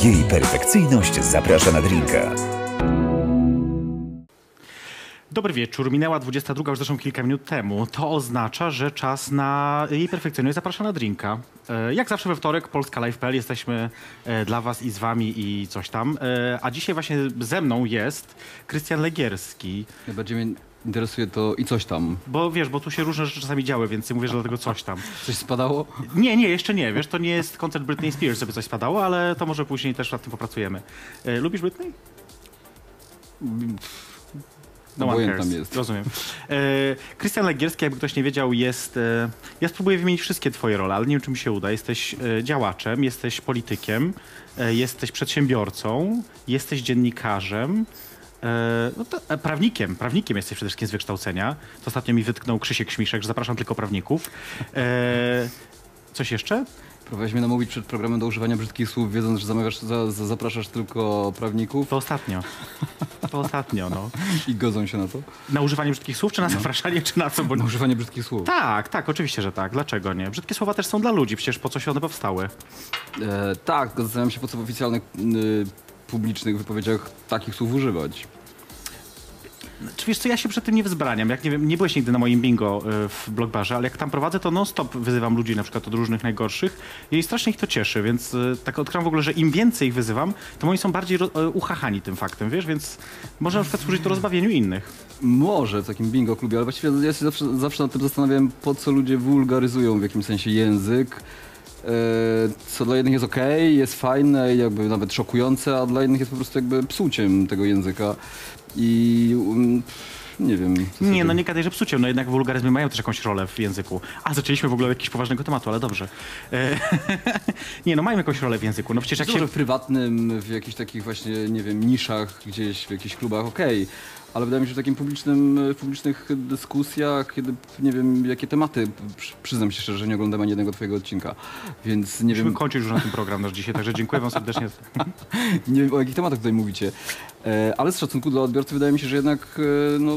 Jej perfekcyjność zaprasza na drinka. Dobry wieczór, minęła 22, już zresztą kilka minut temu. To oznacza, że czas na Jej perfekcyjność zaprasza na drinka. Jak zawsze we wtorek, Polska Live.pl, jesteśmy dla was i z wami i coś tam. A dzisiaj właśnie ze mną jest Krystian Legierski. Najbardziej mnie interesuje to i coś tam. Bo wiesz, bo tu się różne rzeczy czasami działy, więc mówię, że dlatego coś tam. Coś spadało? Nie, jeszcze nie. Wiesz, to nie jest koncert Britney Spears, żeby coś spadało, ale to może później też nad tym popracujemy. Lubisz Britney? No one cares. Tam jest. Rozumiem. Krystian Legierski, jakby ktoś nie wiedział, jest... Ja spróbuję wymienić wszystkie twoje role, ale nie wiem, czy mi się uda. Jesteś działaczem, jesteś politykiem, jesteś przedsiębiorcą, jesteś dziennikarzem, no to, prawnikiem jesteś przede wszystkim z wykształcenia. To ostatnio mi wytknął Krzysiek Śmiszek, że zapraszam tylko prawników. Coś jeszcze? Próbowałeś mnie namówić przed programem do używania brzydkich słów, wiedząc, że zapraszasz tylko prawników. To ostatnio, no. I godzą się na to? Na używanie brzydkich słów, czy na zapraszanie, czy na co? Bo... Na używanie brzydkich słów. Tak, oczywiście, że tak. Dlaczego nie? Brzydkie słowa też są dla ludzi, przecież po co się one powstały? Tak, tylko zastanawiam się, po co w oficjalnych, publicznych wypowiedziach takich słów używać. Czy wiesz co, ja się przed tym nie wzbraniam. Jak nie byłeś nigdy na moim bingo w Blockbarze, ale jak tam prowadzę, to non-stop wyzywam ludzi na przykład od różnych najgorszych i strasznie ich to cieszy, więc tak odkryłam w ogóle, że im więcej ich wyzywam, to moi są bardziej uchachani tym faktem, wiesz, więc może na przykład służyć to rozbawieniu innych. Może w takim bingo klubie, ale właściwie ja się zawsze nad tym zastanawiam, po co ludzie wulgaryzują w jakimś sensie język. Co dla jednych jest okej, jest fajne, jakby nawet szokujące, a dla innych jest po prostu jakby psuciem tego języka. I nie wiem. Nie, no nie gadaj, że psuciem, no jednak wulgaryzmy mają też jakąś rolę w języku. A zaczęliśmy w ogóle od jakiegoś poważnego tematu, ale dobrze. Nie, no mają jakąś rolę w języku. No przecież jak może w prywatnym, w jakichś takich właśnie, nie wiem, niszach gdzieś, w jakichś klubach, okej. Ale wydaje mi się, że w takim publicznych dyskusjach, kiedy nie wiem, jakie tematy, przyznam się szczerze, że nie oglądam ani jednego twojego odcinka, więc nie wiem... Musimy kończyć już na ten program nasz dzisiaj, także dziękuję wam serdecznie. Nie wiem, o jakich tematach tutaj mówicie, ale z szacunku dla odbiorcy wydaje mi się, że jednak, no...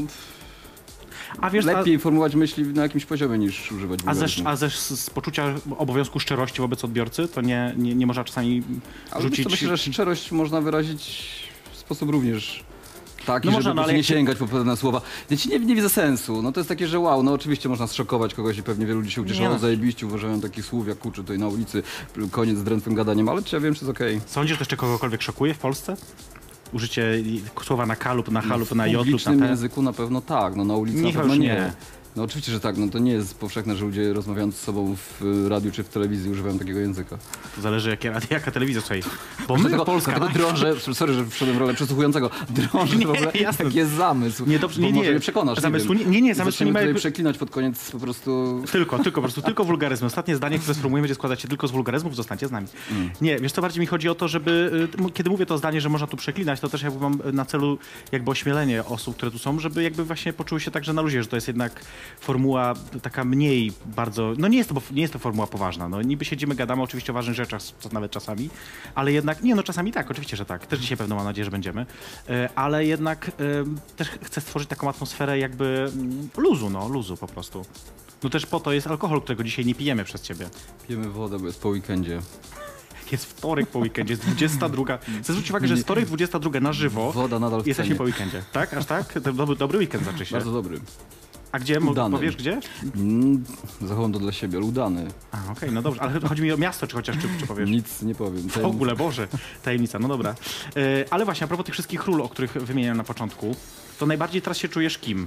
A wiesz, lepiej formułować myśli na jakimś poziomie niż używać wulgaryzmu. A z poczucia obowiązku szczerości wobec odbiorcy, to nie można czasami rzucić... Ale myślę, że szczerość można wyrazić w sposób również... Tak, no i można, żeby no, nie sięgać po pewne słowa. Ja ci nie widzę sensu. No to jest takie, że wow, no oczywiście można zszokować kogoś i pewnie wielu ludzi się ucieszyło, no. Zajebiście uważają takich słów jak kurczę tutaj na ulicy, koniec z drętwym gadaniem, ale czy ja wiem, czy jest okej. Sądzisz, że jeszcze kogokolwiek szokuje w Polsce? Użycie słowa na K lub na H lub na J lub na T? W publicznym języku na pewno tak, no na ulicy na pewno nie. No oczywiście, że tak, no to nie jest powszechne, że ludzie rozmawiając z sobą w radiu czy w telewizji używają takiego języka. To zależy jaka telewizja, słuchaj. Bo my Polska... Dlatego drążę, sorry, że wszedłem w rolę przesłuchującego, drążę w ogóle, taki jest zamysł. Nie, dobrze, nie, może mnie przekonasz. Zamysłu nie, zamysłu nie ma... Tutaj przeklinać pod koniec po prostu... Tylko wulgaryzmy. Ostatnie zdanie, które sformułujemy, będzie składać się tylko z wulgaryzmów, zostańcie z nami. Nie, wiesz co, bardziej mi chodzi o to, żeby, kiedy mówię to zdanie, że można tu przeklinać, to też jakby mam na celu jakby ośmielenie osób, które tu są, żeby jakby właśnie poczuły się tak, że na luzie, że to jest jednak formuła taka mniej bardzo, no nie jest to formuła poważna, no niby siedzimy, gadamy oczywiście o ważnych rzeczach, nawet czasami, ale jednak, nie no czasami tak, oczywiście, że tak, też dzisiaj pewno mam nadzieję, że będziemy, ale jednak też chcę stworzyć taką atmosferę jakby luzu po prostu. No też po to jest alkohol, którego dzisiaj nie pijemy przez ciebie. Pijemy wodę, bo jest po weekendzie. Jest wtorek po weekendzie, jest 22. Zwróć uwagę, że jest wtorek 22 na żywo. Woda nadal w jesteśmy cenie. po weekendzie. Tak? Aż tak? Dobry weekend zacznie się. Bardzo dobry. A gdzie? Powiesz gdzie? Zachowam to dla siebie, ale udany. Okej, no dobrze, ale chodzi mi o miasto, czy powiesz? Nic nie powiem. W ogóle, Boże, tajemnica, no dobra. Ale właśnie, a propos tych wszystkich ról, o których wymieniałem na początku, to najbardziej teraz się czujesz kim?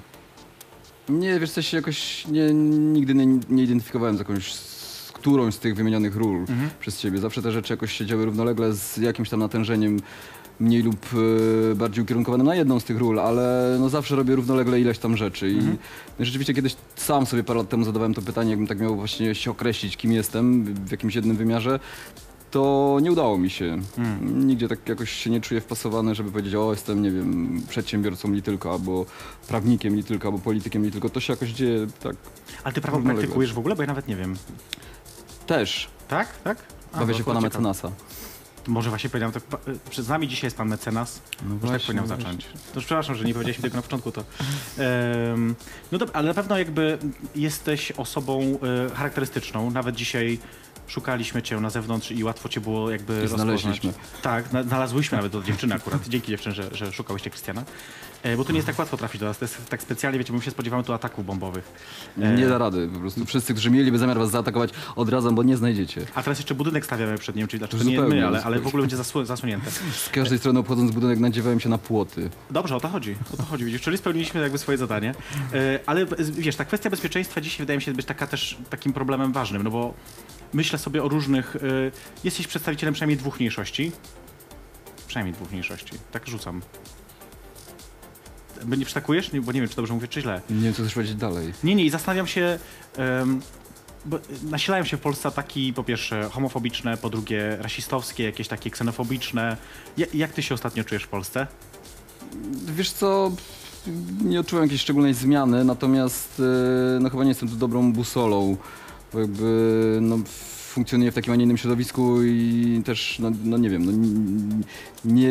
Nie, wiesz, coś się jakoś nigdy nie identyfikowałem z którąś z tych wymienionych ról przez ciebie. Zawsze te rzeczy jakoś się działy równolegle z jakimś tam natężeniem mniej lub bardziej ukierunkowanym na jedną z tych ról, ale no zawsze robię równolegle ileś tam rzeczy. I rzeczywiście kiedyś sam sobie parę lat temu zadawałem to pytanie, jakbym tak miał właśnie się określić, kim jestem w jakimś jednym wymiarze, to nie udało mi się. Nigdzie tak jakoś się nie czuję wpasowany, żeby powiedzieć, o jestem, nie wiem, przedsiębiorcą li tylko, albo prawnikiem li tylko, albo politykiem li tylko. To się jakoś dzieje tak. Ale ty prawo praktykujesz w ogóle? Bo ja nawet nie wiem. Też. Tak? Tak? Bawię się pana mecenasa. Może właśnie powiedziałem, tak, przed nami dzisiaj jest pan mecenas. No właśnie, tak powinienem zacząć. To przepraszam, że nie powiedzieliśmy tego na początku. No dobra, ale na pewno jakby jesteś osobą charakterystyczną. Nawet dzisiaj szukaliśmy cię na zewnątrz i łatwo cię było jakby rozpoznać. Znaleźliśmy. Tak, znalazłyśmy nawet do dziewczyny akurat. Dzięki dziewczyny, że szukałyście Krystiana. Bo tu nie jest tak łatwo trafić do nas. To jest tak specjalnie, wiecie, my się spodziewamy tu ataków bombowych. Nie da rady, po prostu wszyscy, którzy mieliby zamiar was zaatakować, odradzam, bo nie znajdziecie. A teraz jeszcze budynek stawiamy przed nim, czyli znaczy to nie Zupełnie, my, ale w ogóle będzie zasłonięte. Z każdej strony obchodząc budynek nadziewałem się na płoty. Dobrze, o to chodzi, widzisz, czyli spełniliśmy jakby swoje zadanie. Ale wiesz, ta kwestia bezpieczeństwa dzisiaj wydaje mi się być też takim problemem ważnym, no bo myślę sobie o różnych... Jesteś przedstawicielem przynajmniej dwóch mniejszości. Przynajmniej dwóch mniejszości. Tak rzucam. Nie przytakujesz? Bo nie wiem, czy dobrze mówię, czy źle. Nie wiem, co chcesz powiedzieć dalej. Nie, i zastanawiam się... Bo nasilają się w Polsce ataki, po pierwsze homofobiczne, po drugie rasistowskie, jakieś takie ksenofobiczne. Jak ty się ostatnio czujesz w Polsce? Wiesz co, nie odczułem jakiejś szczególnej zmiany, natomiast no chyba nie jestem tu dobrą busolą, bo jakby no, funkcjonuję w takim, a nie innym środowisku i też, no nie wiem, no, nie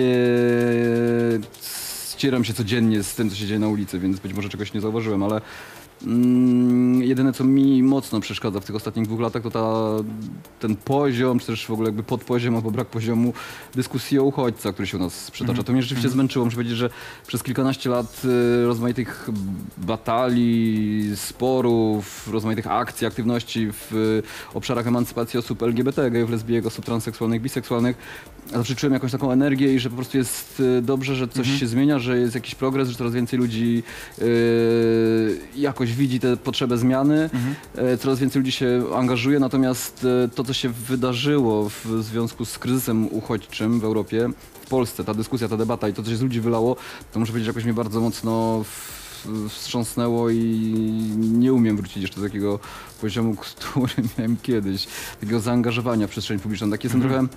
ścieram się codziennie z tym, co się dzieje na ulicy, więc być może czegoś nie zauważyłem, ale jedyne, co mi mocno przeszkadza w tych ostatnich 2 latach, to ten poziom, czy też w ogóle jakby podpoziom albo brak poziomu dyskusji o uchodźcach, który się u nas przytacza. To mnie rzeczywiście zmęczyło. Muszę powiedzieć, że przez kilkanaście lat rozmaitych batalii, sporów, rozmaitych akcji, aktywności w obszarach emancypacji osób LGBT, gejów, lesbijek, osób transseksualnych, biseksualnych, zawsze czułem jakąś taką energię i że po prostu jest dobrze, że coś się zmienia, że jest jakiś progres, że coraz więcej ludzi jakoś widzi tę potrzebę zmiany, coraz więcej ludzi się angażuje, natomiast to, co się wydarzyło w związku z kryzysem uchodźczym w Europie, w Polsce, ta dyskusja, ta debata i to, co się z ludzi wylało, to muszę powiedzieć, że jakoś mnie bardzo mocno wstrząsnęło i nie umiem wrócić jeszcze do takiego poziomu, który miałem kiedyś, takiego zaangażowania w przestrzeń publiczną. Tak jestem trochę...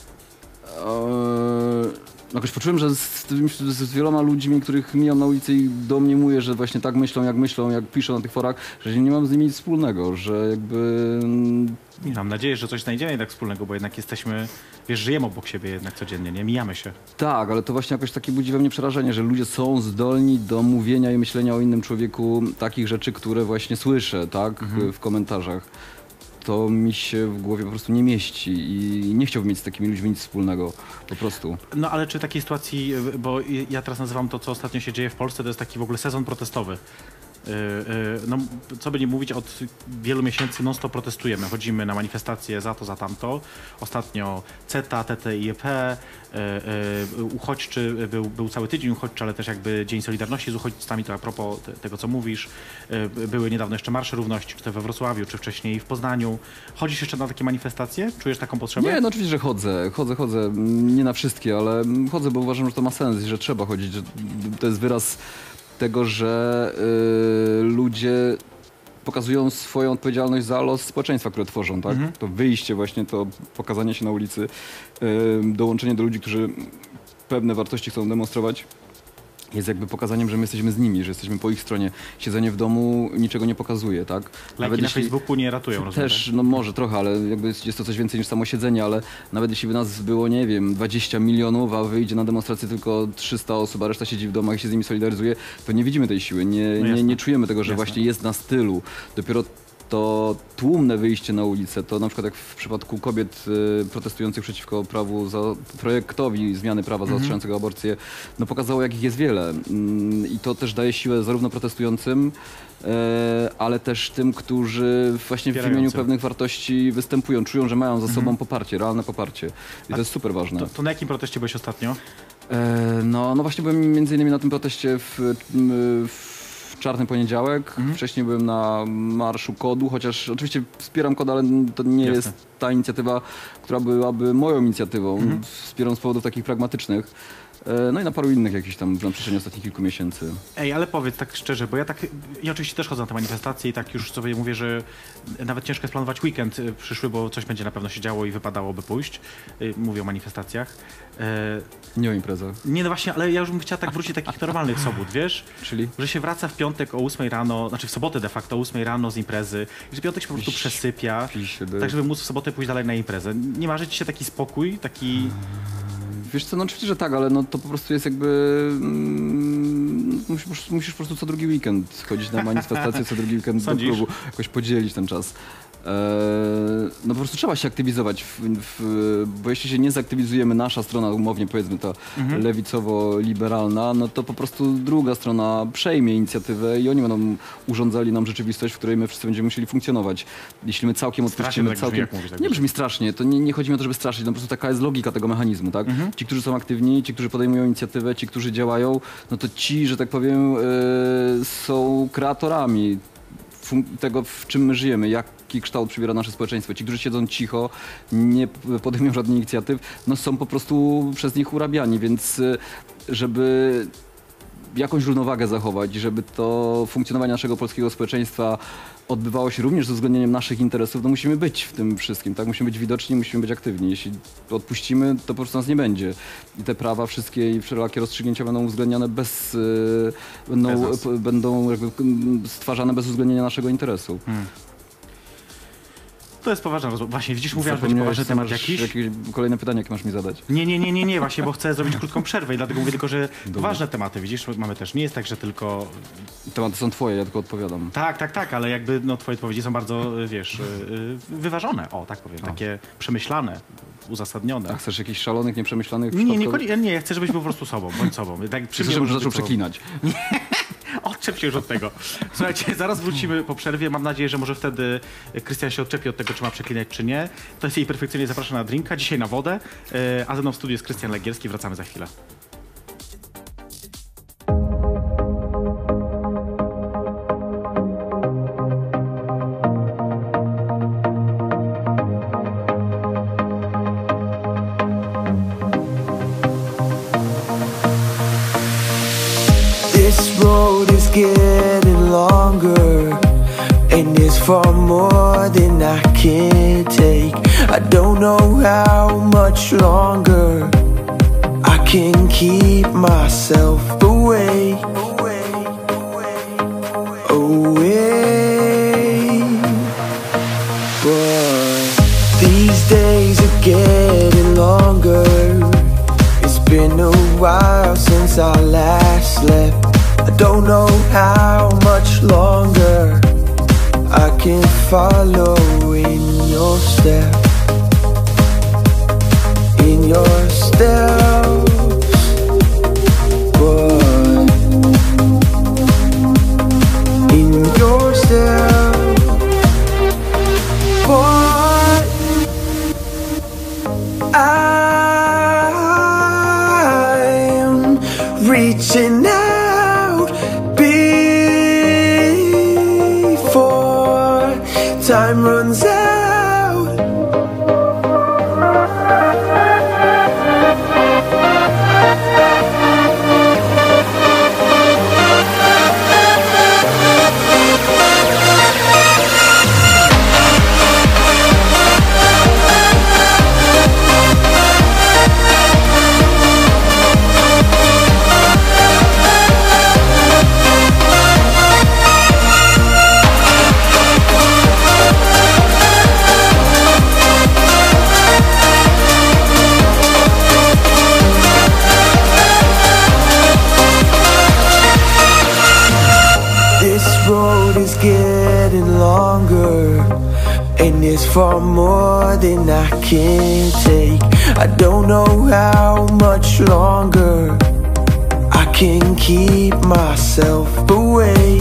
Jakoś poczułem, że z wieloma ludźmi, których mijam na ulicy i domniemuję, że właśnie tak myślą, jak piszą na tych forach, że nie mam z nimi nic wspólnego, że jakby... Mam nadzieję, że coś znajdziemy jednak wspólnego, bo jednak jesteśmy, wiesz, żyjemy obok siebie jednak codziennie, nie? Mijamy się. Tak, ale to właśnie jakoś takie budzi we mnie przerażenie, że ludzie są zdolni do mówienia i myślenia o innym człowieku takich rzeczy, które właśnie słyszę, tak, w komentarzach. To mi się w głowie po prostu nie mieści i nie chciałbym mieć z takimi ludźmi nic wspólnego, po prostu. No ale czy takiej sytuacji, bo ja teraz nazywam to, co ostatnio się dzieje w Polsce, to jest taki w ogóle sezon protestowy. No, co by nie mówić, od wielu miesięcy non-stop protestujemy. Chodzimy na manifestacje za to, za tamto. Ostatnio CETA, TTIP, uchodźczy, był cały tydzień uchodźczy, ale też jakby Dzień Solidarności z uchodźcami, to a propos tego, co mówisz. Były niedawno jeszcze Marsze Równości, czy to we Wrocławiu, czy wcześniej w Poznaniu. Chodzisz jeszcze na takie manifestacje? Czujesz taką potrzebę? Nie, no oczywiście, że chodzę. Nie na wszystkie, ale chodzę, bo uważam, że to ma sens i że trzeba chodzić. Że to jest wyraz tego, że ludzie pokazują swoją odpowiedzialność za los społeczeństwa, które tworzą, tak? To wyjście właśnie, to pokazanie się na ulicy, dołączenie do ludzi, którzy pewne wartości chcą demonstrować, jest jakby pokazaniem, że my jesteśmy z nimi, że jesteśmy po ich stronie. Siedzenie w domu niczego nie pokazuje, tak? Lajki na Facebooku nie ratują, rozumiem. Też, no może trochę, ale jakby jest to coś więcej niż samo siedzenie, ale nawet jeśli by nas było, nie wiem, 20 milionów, a wyjdzie na demonstrację tylko 300 osób, a reszta siedzi w domach i się z nimi solidaryzuje, to nie widzimy tej siły, nie czujemy tego, że właśnie jest na stylu. Dopiero to tłumne wyjście na ulicę, to na przykład jak w przypadku kobiet protestujących przeciwko projektowi zmiany prawa zaostrzającego aborcję, no pokazało, jakich jest wiele. I to też daje siłę zarówno protestującym, ale też tym, którzy właśnie w imieniu pewnych wartości występują, czują, że mają za sobą poparcie, realne poparcie. I to jest super ważne. To na jakim proteście byłeś ostatnio? No właśnie byłem między innymi na tym proteście w Czarny Poniedziałek. Wcześniej byłem na Marszu Kodu, chociaż oczywiście wspieram Kod, ale to nie jest ta inicjatywa, która byłaby moją inicjatywą. Wspieram z powodów takich pragmatycznych. No i na paru innych jakichś tam na przestrzeni ostatnich kilku miesięcy. Ej, ale powiedz tak szczerze, bo ja oczywiście też chodzę na te manifestacje i tak już sobie mówię, że nawet ciężko jest planować weekend przyszły, bo coś będzie na pewno się działo i wypadałoby pójść. Mówię o manifestacjach. Nie o imprezach. Nie, no właśnie, ale ja już bym chciała tak wrócić do takich normalnych sobot, wiesz? Czyli? Że się wraca w piątek o 8 rano, znaczy w sobotę de facto o 8 rano z imprezy i że piątek się po prostu przesypia, tak żeby móc w sobotę pójść dalej na imprezę. Nie marzy ci się taki spokój, taki... Wiesz co, no oczywiście, że tak, ale no to po prostu jest jakby... musisz po prostu co drugi weekend chodzić na manifestację, co drugi weekend do klubu, jakoś podzielić ten czas. No po prostu trzeba się aktywizować, bo jeśli się nie zaktywizujemy, nasza strona, umownie powiedzmy ta lewicowo-liberalna, no to po prostu druga strona przejmie inicjatywę i oni będą urządzali nam rzeczywistość, w której my wszyscy będziemy musieli funkcjonować. Jeśli my całkiem odpuścimy, tak brzmi, jak mówisz, tak nie brzmi strasznie, to nie chodzi mi o to, żeby straszyć, no po prostu taka jest logika tego mechanizmu, tak? Ci, którzy są aktywni, ci, którzy podejmują inicjatywę, ci, którzy działają, no to ci, że tak powiem, są kreatorami tego, w czym my żyjemy, jaki kształt przybiera nasze społeczeństwo. Ci, którzy siedzą cicho, nie podejmują żadnych inicjatyw, no są po prostu przez nich urabiani, więc żeby jakąś równowagę zachować, żeby to funkcjonowanie naszego polskiego społeczeństwa odbywało się również z uwzględnieniem naszych interesów, no musimy być w tym wszystkim, tak? Musimy być widoczni, musimy być aktywni. Jeśli odpuścimy, to po prostu nas nie będzie. I te prawa wszystkie i wszelakie rozstrzygnięcia będą uwzględniane będą jakby stwarzane bez uwzględnienia naszego interesu. To jest poważna rozmowa. Właśnie, widzisz, mówiłem, że będzie poważny temat jakiś. Jakieś kolejne pytanie, jakie masz mi zadać? Nie, właśnie, bo chcę zrobić krótką przerwę i dlatego mówię tylko, że ważne tematy, widzisz, mamy też. Nie jest tak, że tylko... Tematy są twoje, ja tylko odpowiadam. Tak, ale jakby twoje odpowiedzi są bardzo, wiesz, wyważone, tak powiem, takie przemyślane, uzasadnione. A chcesz jakichś szalonych, nieprzemyślanych? Nie, ja chcę, żebyś był po prostu sobą, bądź sobą. Tak, chcę, żebym zaczął przeklinać. Odczep się już od tego. Słuchajcie, zaraz wrócimy po przerwie. Mam nadzieję, że może wtedy Krystian się odczepi od tego, czy ma przeklinać, czy nie. To jest jej perfekcyjnie zapraszana na drinka, dzisiaj na wodę. A ze mną w studiu jest Krystian Legierski. Wracamy za chwilę. This road is getting longer, and it's far more than I can take. I don't know how much longer I can keep myself away, but these days are getting longer. It's been a while since I last slept. I don't know how much longer I can follow in your steps, but in your steps, but I'm reaching out before time runs out. Getting longer, and it's far more than I can take. I don't know how much longer I can keep myself away,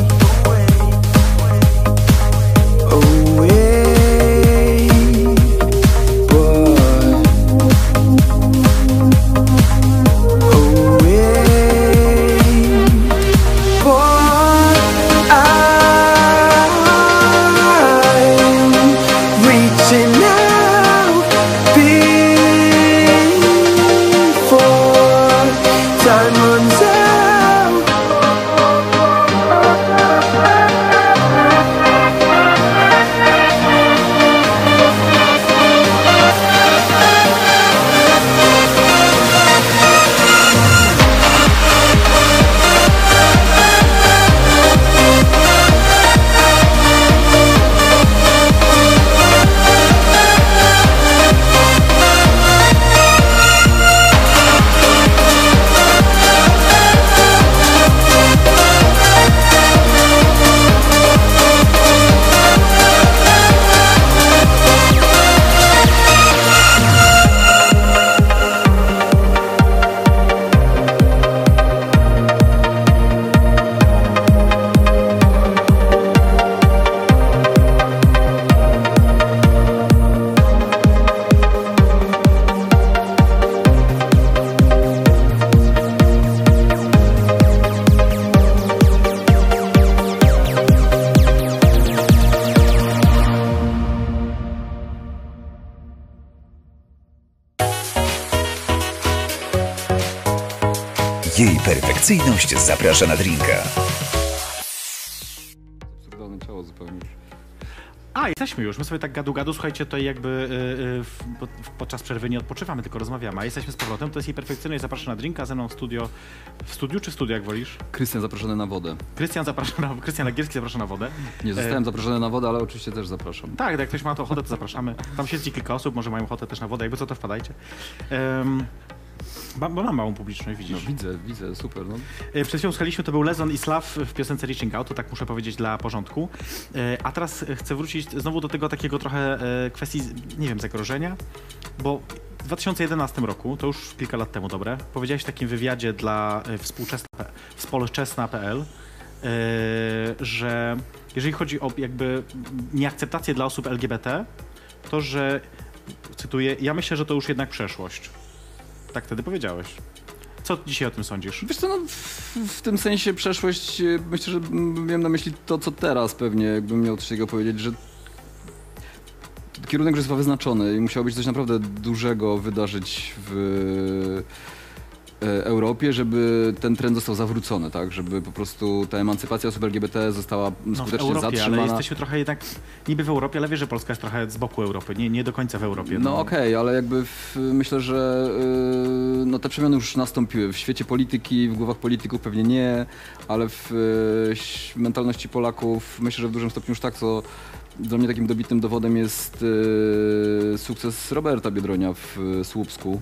Jej perfekcyjność zaprasza na drinka. Absurdalne ciało zupełnie. A, jesteśmy już. My sobie tak gadu, słuchajcie, to jakby podczas przerwy nie odpoczywamy, tylko rozmawiamy. A jesteśmy z powrotem, to jest Jej perfekcyjność zaprasza na drinka, ze mną w studio. W studiu czy w studiu, jak wolisz? Krystian zaproszony na wodę. Krystian Legierski zaprasza na wodę. Nie zostałem zaproszony na wodę, ale oczywiście też zapraszam. Tak, jak ktoś ma to ochotę, to zapraszamy. Tam siedzi kilka osób, może mają ochotę też na wodę, jakby co, to wpadajcie. Bo mam małą publiczność, widzisz. No widzę, super. No. Przed chwilą słuchaliśmy, to był Lezon i Slav w piosence Reaching Out, to tak muszę powiedzieć dla porządku. A teraz chcę wrócić znowu do tego takiego trochę kwestii, nie wiem, zagrożenia, bo w 2011 roku, to już kilka lat temu, dobre, powiedziałeś w takim wywiadzie dla współczesna.pl, że jeżeli chodzi o jakby nieakceptację dla osób LGBT, to że, cytuję, ja myślę, że to już jednak przeszłość. Tak wtedy powiedziałeś. Co dzisiaj o tym sądzisz? Wiesz co, no w tym sensie przeszłość, myślę, że miałem na myśli to, co teraz pewnie, jakbym miał coś takiego powiedzieć, że kierunek już jest chyba wyznaczony i musiało być coś naprawdę dużego wydarzyć w Europie, żeby ten trend został zawrócony, tak? Żeby po prostu ta emancypacja osób LGBT została skutecznie w Europie, zatrzymana. Ale jesteśmy trochę jednak niby w Europie, ale wiesz, że Polska jest trochę z boku Europy, nie do końca w Europie. No okej, ale jakby myślę, że no te przemiany już nastąpiły. W świecie polityki, w głowach polityków pewnie nie, ale w mentalności Polaków myślę, że w dużym stopniu już tak, co dla mnie takim dobitnym dowodem jest sukces Roberta Biedronia w Słupsku.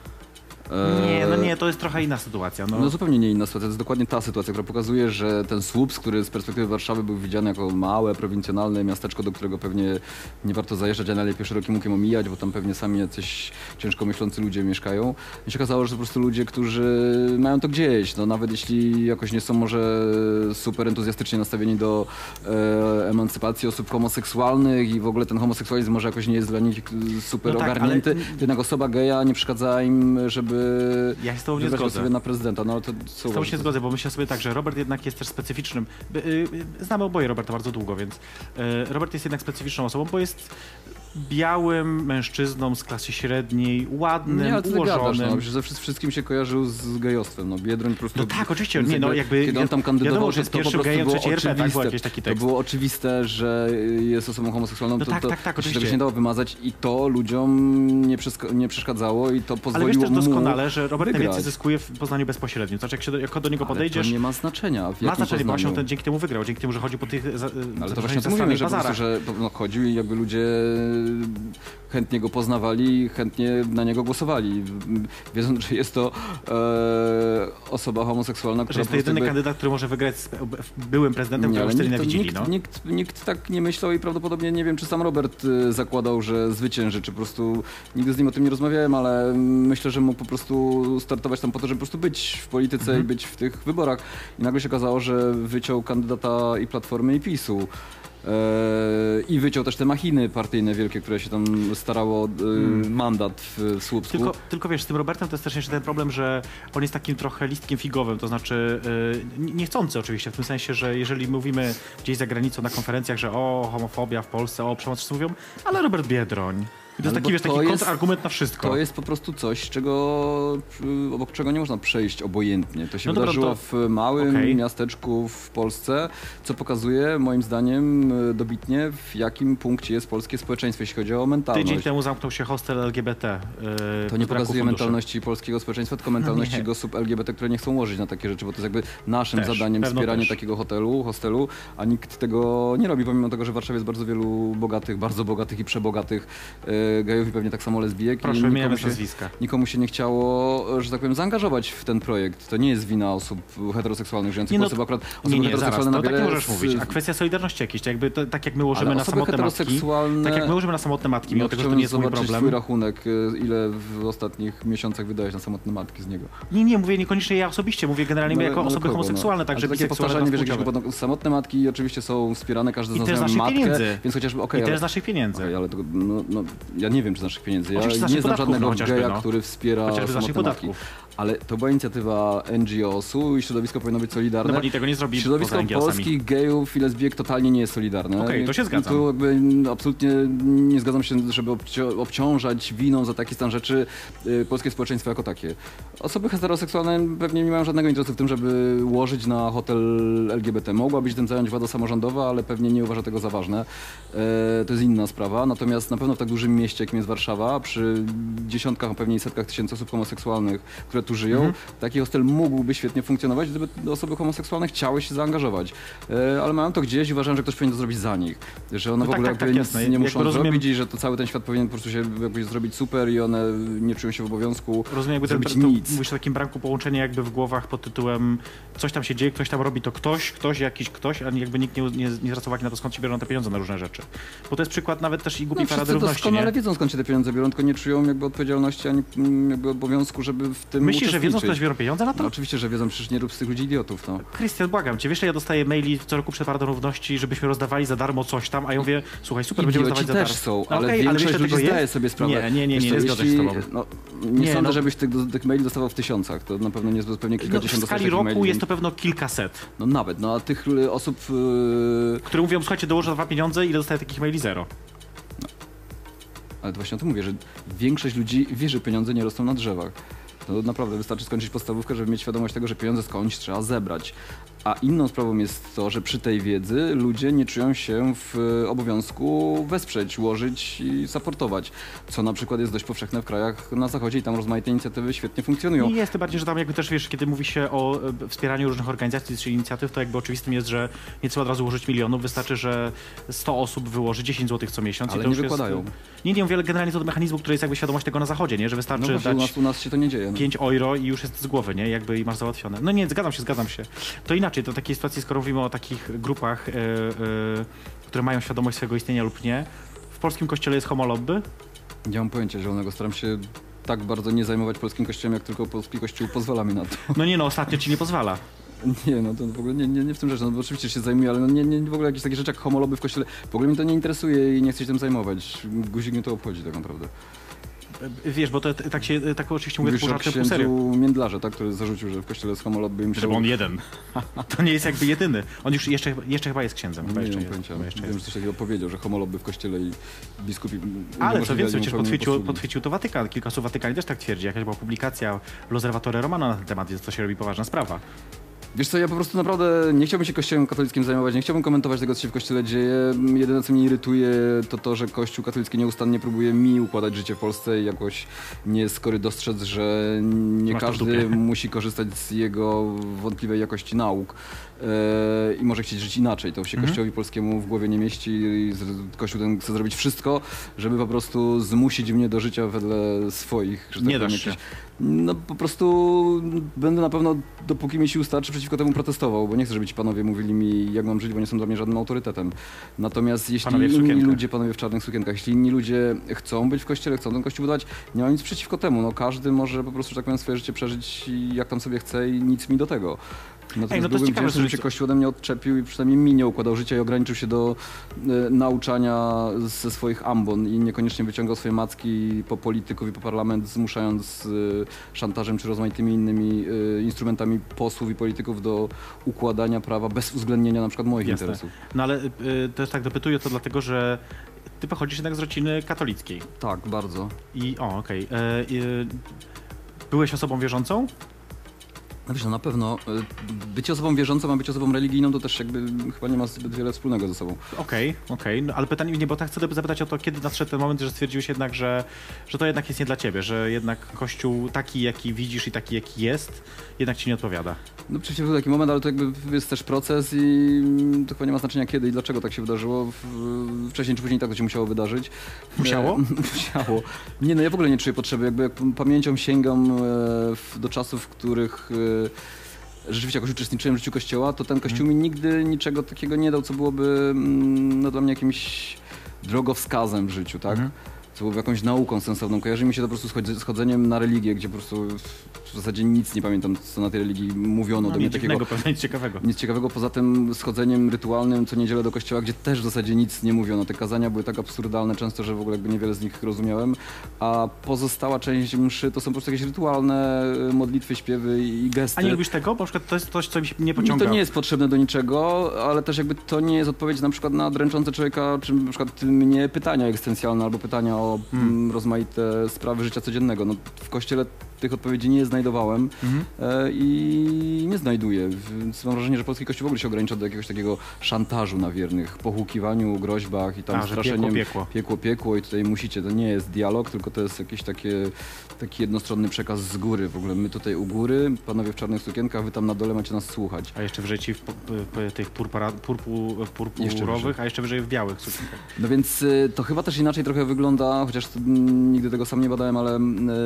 Nie, to jest trochę inna sytuacja. No zupełnie nie inna sytuacja, to jest dokładnie ta sytuacja, która pokazuje, że ten Słupsk, który z perspektywy Warszawy był widziany jako małe, prowincjonalne miasteczko, do którego pewnie nie warto zajeżdżać, a najlepiej szerokim łukiem omijać, bo tam pewnie sami jacyś ciężko myślący ludzie mieszkają. I się okazało, że to po prostu ludzie, którzy mają to gdzieś, no nawet jeśli jakoś nie są może super entuzjastycznie nastawieni do emancypacji osób homoseksualnych i w ogóle ten homoseksualizm może jakoś nie jest dla nich super ogarnięty, jednak osoba geja nie przeszkadza im, żeby ja się z tobą nie zgodzę. sobie na prezydenta. No, to z tobą się zgodzę, bo myślę sobie tak, że Robert jednak jest też specyficznym. Znamy oboje Roberta bardzo długo, więc Robert jest jednak specyficzną osobą, bo jest białym mężczyzną z klasy średniej, ładnym, nie, ale ty ułożonym. Gadasz, no, ze wszystkim się kojarzył z gejostwem. No, Biedroń po prostu... No tak, oczywiście. Nie, no, jakby, kiedy on tam kandydował, wiadomo, że jest pierwszym gejem III RP, tak? Był jakiś taki tekst. To było oczywiste, że jest osobą homoseksualną. No to, tak, to oczywiście. się nie dało wymazać i to ludziom nie przeszkadzało i to pozwoliło mu Ale wiesz też doskonale, że Robert wygrać. najwięcej zyskuje w Poznaniu bezpośrednio. Znaczy, jak do niego podejdziesz... Ale to nie ma znaczenia. Ma znaczenie, bo właśnie dzięki temu wygrał, dzięki temu, że chodził po tych... Ale to właśnie mówimy, że po prostu, że chodził i jakby ludzie chętnie go poznawali i chętnie na niego głosowali, wiedząc, że jest to osoba homoseksualna, która... Że jest to jedyny kandydat, który może wygrać z byłym prezydentem, którego wszyscy nienawidzili. Nikt tak nie myślał i prawdopodobnie nie wiem, czy sam Robert zakładał, że zwycięży, czy po prostu nigdy z nim o tym nie rozmawiałem, ale myślę, że mógł po prostu startować tam po to, żeby po prostu być w polityce i być w tych wyborach. I nagle się okazało, że wyciął kandydata i Platformy, i PiS-u. I wyciął też te machiny partyjne wielkie, które się tam starało mandat w Słupsku. Tylko wiesz, z tym Robertem to jest też jeszcze ten problem, że on jest takim trochę listkiem figowym, to znaczy niechcący oczywiście, w tym sensie, że jeżeli mówimy gdzieś za granicą na konferencjach, że o homofobia w Polsce, o przemoc, wszyscy mówią, ale Robert Biedroń. I to jest taki, wiesz, taki kontrargument na wszystko. To jest po prostu coś, obok czego nie można przejść obojętnie. To się wydarzyło w małym miasteczku w Polsce, co pokazuje moim zdaniem dobitnie, w jakim punkcie jest polskie społeczeństwo, jeśli chodzi o mentalność. Tydzień temu zamknął się hostel LGBT. To nie pokazuje mentalności polskiego społeczeństwa, tylko mentalności osób LGBT, które nie chcą łożyć na takie rzeczy, bo to jest jakby naszym zadaniem wspieranie takiego hostelu, a nikt tego nie robi, pomimo tego, że w Warszawie jest bardzo wielu bardzo bogatych i przebogatych gejów i pewnie tak samo lesbijek. Proszę, wymieniamy nazwiska. Nikomu się nie chciało, że tak powiem, zaangażować w ten projekt. To nie jest wina osób heteroseksualnych żyjących w Polsce, bo akurat osoby heteroseksualne zaraz, tak nie możesz mówić. A kwestia solidarności jakiejś, jakby to, tak jak my łożymy na samotne matki. Tak jak my łożymy na samotne matki, mimo tego, że to nie jest mój problem. Swój rachunek, ile w ostatnich miesiącach wydałeś na samotne matki z niego. Nie, mówię niekoniecznie ja osobiście, mówię generalnie jako osoby homoseksualne, także biseksualne. Samotne matki oczywiście są wspierane, każdy z nas ma matkę, więc chociażby I też z naszych pieniędzy. Ale ja nie wiem, czy z naszych pieniędzy. Ja nie znam żadnego geja, który wspiera samotne matki. ale to była inicjatywa NGO-su i środowisko powinno być solidarne. No bo oni tego nie zrobili Środowisko poza NGO-sami. polskich gejów i lesbijek totalnie nie jest solidarne. Okej, to się zgadzam. Tu jakby absolutnie nie zgadzam się, żeby obciążać winą za taki stan rzeczy polskie społeczeństwo jako takie. Osoby heteroseksualne pewnie nie mają żadnego interesu w tym, żeby łożyć na hotel LGBT. Mogłaby się tym zająć władza samorządowa, ale pewnie nie uważa tego za ważne. To jest inna sprawa. Natomiast na pewno w tak dużym mieście, jakim jest Warszawa, przy dziesiątkach, a pewnie i setkach tysięcy osób homoseksualnych, które tu żyją, taki hostel mógłby świetnie funkcjonować, gdyby osoby homoseksualne chciały się zaangażować. Ale mają to gdzieś i uważam, że ktoś powinien to zrobić za nich. Że one w ogóle tak, nic jasne. nie muszą rozumiem, zrobić i że to cały ten świat powinien po prostu się jakby zrobić super i one nie czują się w obowiązku rozumiem, jakby zrobić to nic. mówisz o takim braku połączenia jakby w głowach pod tytułem coś tam się dzieje, ktoś tam robi to jakiś ktoś, a jakby nikt nie zwraca uwagi na to, skąd się biorą te pieniądze na różne rzeczy. Bo to jest przykład nawet też i głupiej parady równości, doskonale wiedzą, skąd się te pieniądze biorą, tylko nie czują jakby odpowiedzialności ani jakby obowiązku, żeby w tym Myślisz, że wiedzą, skąd uczestniczyć. się biorą pieniądze na to? No, oczywiście, że wiedzą, przecież nie rób z tych ludzi idiotów. No. Krystian, błagam cię, wiesz, że ja dostaję maili co roku przed Paradą Równości, żebyśmy rozdawali za darmo coś tam, a ja mówię, słuchaj, super, będziemy Idioci rozdawać za też darmo. są, No, ale okej, większość wiesz, ludzi tego zdaje jest? sobie sprawę. Nie Wiesz co, zgodzę się z tobą. No, nie Nie, sądzę, no- żebyś tych maili dostawał w tysiącach. To na pewno nie jest pewnie No, kilkadziesiąt w skali takich roku maili. jest to pewno kilkaset, No nawet, no a tych osób... które mówią, słuchajcie, dołożę 2 pieniądze, ile dostaję takich maili? 0. Ale to właśnie o tym mówię, że większość ludzi wie, że pieniądze nie rosną na drzewach. To naprawdę wystarczy skończyć podstawówkę, żeby mieć świadomość tego, że pieniądze skądś trzeba zebrać. A inną sprawą jest to, że przy tej wiedzy ludzie nie czują się w obowiązku wesprzeć, łożyć i supportować. Co na przykład jest dość powszechne w krajach na zachodzie i tam rozmaite inicjatywy świetnie funkcjonują. I jest tym bardziej, że tam jakby też wiesz, kiedy mówi się o wspieraniu różnych organizacji czy inicjatyw, to jakby oczywistym jest, że nie trzeba od razu ułożyć milionów, wystarczy, że 100 osób wyłoży 10 zł co miesiąc. Ale i to nie już wykładają. Jest, nie mówię generalnie co do mechanizmu, który jest jakby świadomość tego na zachodzie, nie? Że No wystarczy właśnie, dać u nas się to nie dzieje. No. 5 euro i już jest z głowy, nie? Jakby i masz załatwione. No nie, zgadzam się. To inaczej, to w takiej sytuacji, skoro mówimy o takich grupach, które mają świadomość swojego istnienia lub nie, w polskim kościele jest homolobby? Nie mam pojęcia zielonego, staram się tak bardzo nie zajmować polskim kościołem, jak tylko polski kościół pozwala mi na to. No nie no, ostatnio ci nie pozwala. Nie, no to w ogóle nie w tym rzecz, no bo oczywiście się zajmuję, ale no nie w ogóle jakieś takie rzeczy jak homolobby w kościele, w ogóle mi to nie interesuje i nie chcę się tym zajmować. Guzik mnie to obchodzi tak naprawdę. Wiesz, bo to tak oczywiście mówię Mówisz o pół serio. księdzu Międlarze, tak, który zarzucił, że w kościele jest homolobby i Żeby musiał... on jeden. To nie jest jakby jedyny. On już jeszcze chyba jest księdzem. Chyba Nie jeszcze mam jest. pojęcia. Chyba jeszcze Wiem, że jest. coś takiego powiedział, że homolobby w kościele i biskupi... Ale co więcej, przecież uniemożliwiali mu podchwycił to Watykan. Kilka osób w Watykanie też tak twierdzi. Jakaś była publikacja L'Osservatore Romano na ten temat, więc to się robi poważna sprawa. Wiesz co, ja po prostu naprawdę nie chciałbym się kościołem katolickim zajmować, nie chciałbym komentować tego, co się w kościele dzieje. Jedyne, co mnie irytuje, to, że kościół katolicki nieustannie próbuje mi układać życie w Polsce i jakoś nie jest skory dostrzec, że nie Masz to w każdy dupie. musi korzystać z jego wątpliwej jakości nauk i może chcieć żyć inaczej. To się kościołowi polskiemu w głowie nie mieści i kościół ten chce zrobić wszystko, żeby po prostu zmusić mnie do życia wedle swoich, że tak Nie powiem, dasz się. jakichś- No po prostu będę na pewno, dopóki mi sił starczy, przeciwko temu protestował, bo nie chcę, żeby ci panowie mówili mi, jak mam żyć, bo nie są dla mnie żadnym autorytetem. Natomiast jeśli Panowie w inni sukienkach. ludzie, panowie w czarnych sukienkach, jeśli inni ludzie chcą być w kościele, chcą ten kościół budować, nie mam nic przeciwko temu. No każdy może po prostu, że tak powiem, swoje życie przeżyć jak tam sobie chce i nic mi do tego. Natomiast to jest byłbym ciekawe, wdzięczny, żeby że- się Kościół ode mnie odczepił i przynajmniej mi nie układał życia i ograniczył się do nauczania ze swoich ambon i niekoniecznie wyciągał swoje macki po polityków i po parlament, zmuszając szantażem czy rozmaitymi innymi instrumentami posłów i polityków do układania prawa bez uwzględnienia na przykład moich Jasne. interesów. No ale też tak dopytuję to dlatego, że ty pochodzisz jednak z rodziny katolickiej. Tak, bardzo. Okej. Byłeś osobą wierzącą? No wiesz, no na pewno bycie osobą wierzącą, a bycie osobą religijną to też jakby chyba nie ma zbyt wiele wspólnego ze sobą. Okej. No, ale pytanie, nie, bo tak chcę zapytać o to, kiedy nadszedł ten moment, że stwierdziłeś jednak, że to jednak jest nie dla ciebie, że jednak Kościół taki, jaki widzisz i taki, jaki jest, jednak ci nie odpowiada. No przecież był taki moment, ale to jakby jest też proces i to chyba nie ma znaczenia kiedy i dlaczego tak się wydarzyło. Wcześniej czy później tak to się musiało wydarzyć. Musiało? Musiało. Nie, no ja w ogóle nie czuję potrzeby, jakby jak pamięcią sięgam do czasów, w których rzeczywiście jakoś uczestniczyłem w życiu Kościoła, to ten Kościół mi nigdy niczego takiego nie dał, co byłoby no, dla mnie jakimś drogowskazem w życiu, tak? co było jakąś nauką sensowną. Kojarzy mi się to po prostu z chodzeniem na religię, gdzie po prostu w zasadzie nic nie pamiętam, co na tej religii mówiono. No, do mnie nic takiego, dziwnego, pewnie nic ciekawego. nic ciekawego, poza tym schodzeniem rytualnym co niedzielę do kościoła, gdzie też w zasadzie nic nie mówiono. Te kazania były tak absurdalne często, że w ogóle jakby niewiele z nich rozumiałem, a pozostała część mszy to są po prostu jakieś rytualne modlitwy, śpiewy i gesty. A nie lubisz tego? Bo na przykład to jest coś, co mi się nie Mi pociąga. to nie jest potrzebne do niczego, ale też jakby to nie jest odpowiedź na przykład na dręczące człowieka, czy na przykład mnie pytania egzystencjalne albo pytania o rozmaite sprawy życia codziennego. No, w kościele tych odpowiedzi nie znajdowałem i nie znajduję. Więc mam wrażenie, że polski kościół w ogóle się ogranicza do jakiegoś takiego szantażu na wiernych, pohukiwaniu, groźbach i tam straszeniem. Piekło i tutaj musicie. To nie jest dialog, tylko to jest jakiś taki jednostronny przekaz z góry. W ogóle my tutaj u góry, panowie w czarnych sukienkach, wy tam na dole macie nas słuchać. A jeszcze wyżej ci w tych purpurowych, a jeszcze wyżej w białych sukienkach. No więc to chyba też inaczej trochę wygląda, chociaż nigdy tego sam nie badałem, ale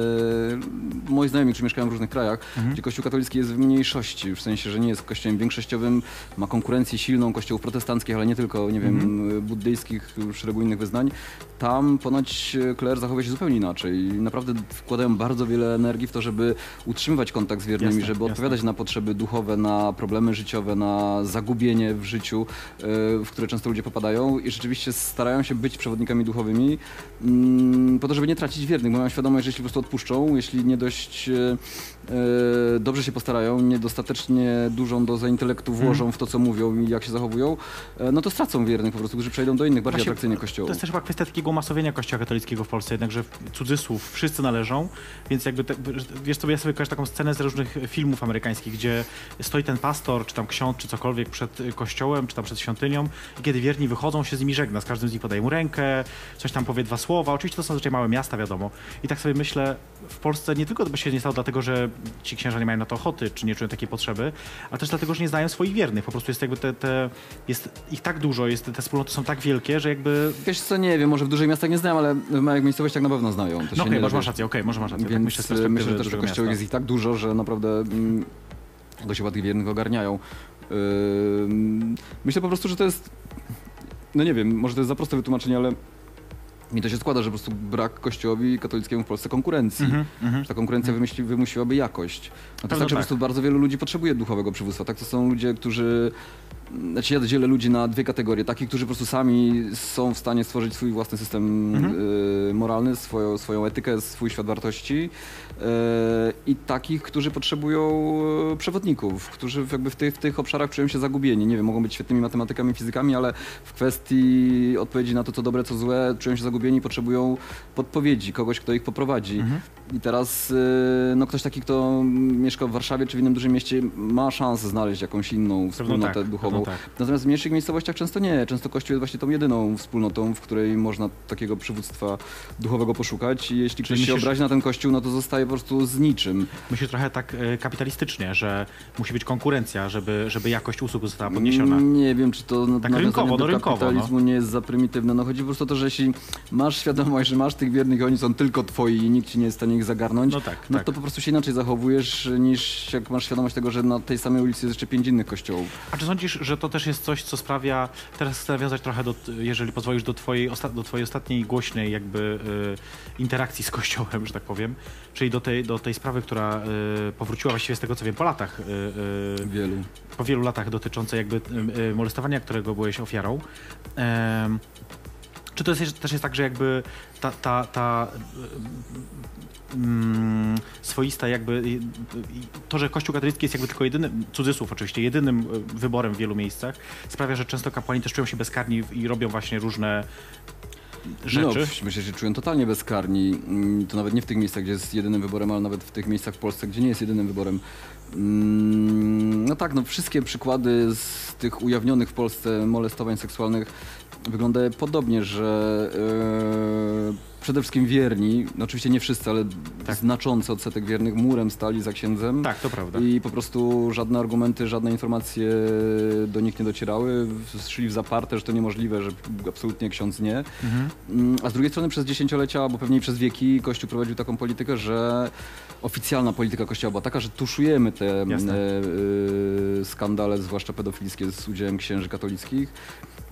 moi znajomi, którzy mieszkają w różnych krajach, gdzie kościół katolicki jest w mniejszości, w sensie, że nie jest kościołem większościowym, ma konkurencję silną kościołów protestanckich, ale nie tylko, nie wiem, buddyjskich, szeregu innych wyznań. Tam ponoć kler zachowuje się zupełnie inaczej. Naprawdę wkładają bardzo wiele energii w to, żeby utrzymywać kontakt z wiernymi, żeby odpowiadać na potrzeby duchowe, na problemy życiowe, na zagubienie w życiu, w które często ludzie popadają i rzeczywiście starają się być przewodnikami duchowymi po to, żeby nie tracić wiernych, bo mają świadomość, że jeśli po prostu odpuszczą, jeśli nie dość dobrze się postarają, niedostatecznie dużą dozę intelektu włożą w to, co mówią i jak się zachowują, no to stracą wiernych po prostu, którzy przejdą do innych, bardziej atrakcyjnych kościołów. To jest też chyba kwestia takiego umasowienia kościoła katolickiego w Polsce, jednakże cudzysłów wszyscy należą, więc jakby, wiesz sobie, ja sobie kojarzę taką scenę z różnych filmów amerykańskich, gdzie stoi ten pastor, czy tam ksiądz, czy cokolwiek przed kościołem, czy tam przed świątynią i kiedy wierni wychodzą, się z nimi żegna, z każdym z nich podaje mu rękę, coś tam powie 2 słowa, oczywiście to są zazwyczaj małe miasta, wiadomo. I tak sobie myślę, w Polsce nie tylko to by się nie stało dlatego, że ci księża nie mają na to ochoty, czy nie czują takiej potrzeby, ale też dlatego, że nie znają swoich wiernych. Po prostu jest jakby jest ich tak dużo, te wspólnoty są tak wielkie, że jakby... Wiesz co, nie wiem, może w dużych miastach nie znają, ale w małych miejscowościach na pewno znają. To no okej, może masz rację, może masz rację. Więc tak myślę też, że kościołów jest ich tak dużo, że naprawdę kościoła tych wiernych ogarniają. Myślę po prostu, że to jest... No nie wiem, może to jest za proste wytłumaczenie, ale mi to się składa, że po prostu brak kościołowi katolickiemu w Polsce konkurencji. Że ta konkurencja wymusiłaby jakość. No to jest tak, że po prostu bardzo wielu ludzi potrzebuje duchowego przywództwa. Tak, to są ludzie, którzy... Znaczy ja dzielę ludzi na 2 kategorie. Takich, którzy po prostu sami są w stanie stworzyć swój własny system moralny, swoją etykę, swój świat wartości. I takich, którzy potrzebują przewodników, którzy jakby w tych obszarach czują się zagubieni. Nie wiem, mogą być świetnymi matematykami, fizykami, ale w kwestii odpowiedzi na to, co dobre, co złe, czują się zagubieni, potrzebują podpowiedzi, kogoś, kto ich poprowadzi. I teraz no, ktoś taki, kto mieszka w Warszawie czy w innym dużym mieście, ma szansę znaleźć jakąś inną wspólnotę duchową. Natomiast w mniejszych miejscowościach często nie. Często Kościół jest właśnie tą jedyną wspólnotą, w której można takiego przywództwa duchowego poszukać. I jeśli ktoś się obrazi na ten Kościół, no to zostaje po prostu z niczym. Myślę trochę tak kapitalistycznie, że musi być konkurencja, żeby jakość usług została podniesiona. Nie wiem, czy to tak rynkowo, do kapitalizmu nie jest za prymitywne. No chodzi po prostu o to, że jeśli masz świadomość, że masz tych wiernych i oni są tylko twoi i nikt ci nie jest w stanie ich zagarnąć, to po prostu się inaczej zachowujesz, niż jak masz świadomość tego, że na tej samej ulicy jest jeszcze 5 innych kościołów. A czy sądzisz, że to też jest coś, co sprawia, teraz chcę nawiązać trochę jeżeli pozwolisz, do twojej ostatniej głośnej jakby interakcji z Kościołem, że tak powiem, czyli do tej sprawy, która powróciła właściwie z tego, co wiem, po latach. Po wielu latach dotyczącej jakby molestowania, którego byłeś ofiarą. Czy to też jest tak, że jakby ta swoista jakby to, że Kościół katolicki jest jakby tylko jedynym, cudzysłów oczywiście, jedynym wyborem w wielu miejscach, sprawia, że często kapłani też czują się bezkarni i robią właśnie różne rzeczy. No, myślę, że się czują totalnie bezkarni. To nawet nie w tych miejscach, gdzie jest jedynym wyborem, ale nawet w tych miejscach w Polsce, gdzie nie jest jedynym wyborem. No tak, no wszystkie przykłady z tych ujawnionych w Polsce molestowań seksualnych wyglądają podobnie, że przede wszystkim wierni, no oczywiście nie wszyscy, ale znaczący odsetek wiernych murem stali za księdzem. Tak, to prawda. I po prostu żadne argumenty, żadne informacje do nich nie docierały. Szli w zaparte, że to niemożliwe, że absolutnie ksiądz nie. A z drugiej strony przez dziesięciolecia, bo pewnie przez wieki Kościół prowadził taką politykę, że oficjalna polityka Kościoła była taka, że tuszujemy te skandale, zwłaszcza pedofilskie z udziałem księży katolickich.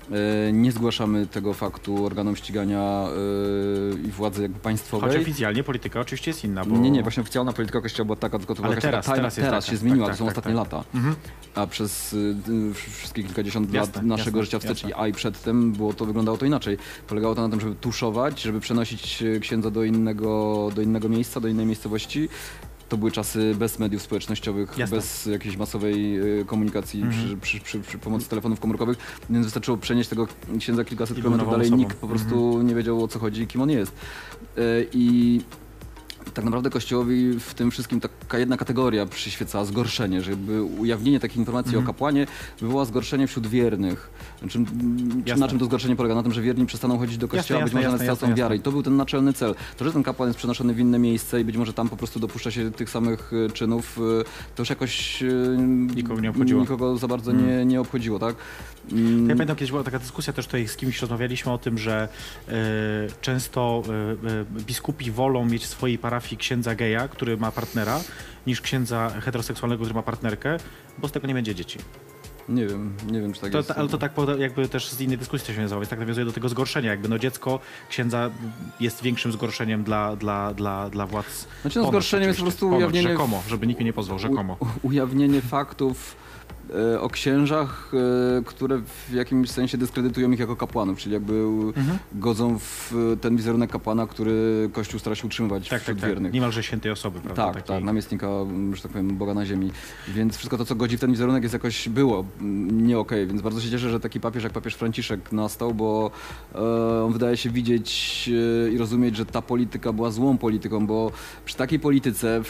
Nie zgłaszamy tego faktu organom ścigania i władzy jakby państwowej. Choć oficjalnie polityka oczywiście jest inna, bo... Nie, właśnie oficjalna polityka Kościoła była taka, tylko to była teraz się zmieniła, to są ostatnie lata. A przez wszystkie kilkadziesiąt lat naszego życia wstecz, a i przedtem wyglądało to inaczej. Polegało to na tym, żeby tuszować, żeby przenosić księdza do innego miejsca, do innej miejscowości. To były czasy bez mediów społecznościowych, bez jakiejś masowej komunikacji przy pomocy telefonów komórkowych, więc wystarczyło przenieść tego księdza kilkaset kilometrów dalej. Nikt po prostu nie wiedział, o co chodzi i kim on jest. I tak naprawdę Kościołowi w tym wszystkim taka jedna kategoria przyświecała: zgorszenie, żeby ujawnienie takich informacji o kapłanie wywoła zgorszenie wśród wiernych. Na czym to zgorszenie polega? Na tym, że wierni przestaną chodzić do kościoła, być może nawet stracą wiarę. I to był ten naczelny cel. To, że ten kapłan jest przenoszony w inne miejsce i być może tam po prostu dopuszcza się tych samych czynów, to już jakoś nikogo za bardzo nie obchodziło, tak? Ja pamiętam, kiedyś była taka dyskusja też tutaj z kimś, rozmawialiśmy o tym, że często biskupi wolą mieć w swojej parafii księdza geja, który ma partnera, niż księdza heteroseksualnego, który ma partnerkę, bo z tego nie będzie dzieci. Nie wiem, czy tak jest. Ale to tak jakby też z innej dyskusji to się nazywa, więc tak nawiązuje do tego zgorszenia. Jakby dziecko księdza jest większym zgorzeniem dla władz. Znaczy zgorszeniem jest po prostu ujawnienie... Rzekomo, żeby nikt mnie nie pozwał, rzekomo. Ujawnienie faktów o księżach, które w jakimś sensie dyskredytują ich jako kapłanów, czyli jakby godzą w ten wizerunek kapłana, który Kościół stara się utrzymywać wśród wiernych. Niemalże świętej osoby, prawda? Tak, namiestnika, że tak powiem, Boga na ziemi. Więc wszystko to, co godzi w ten wizerunek, jest jakoś nie okej. Więc bardzo się cieszę, że taki papież jak papież Franciszek nastał, bo on wydaje się widzieć i rozumieć, że ta polityka była złą polityką, bo przy takiej polityce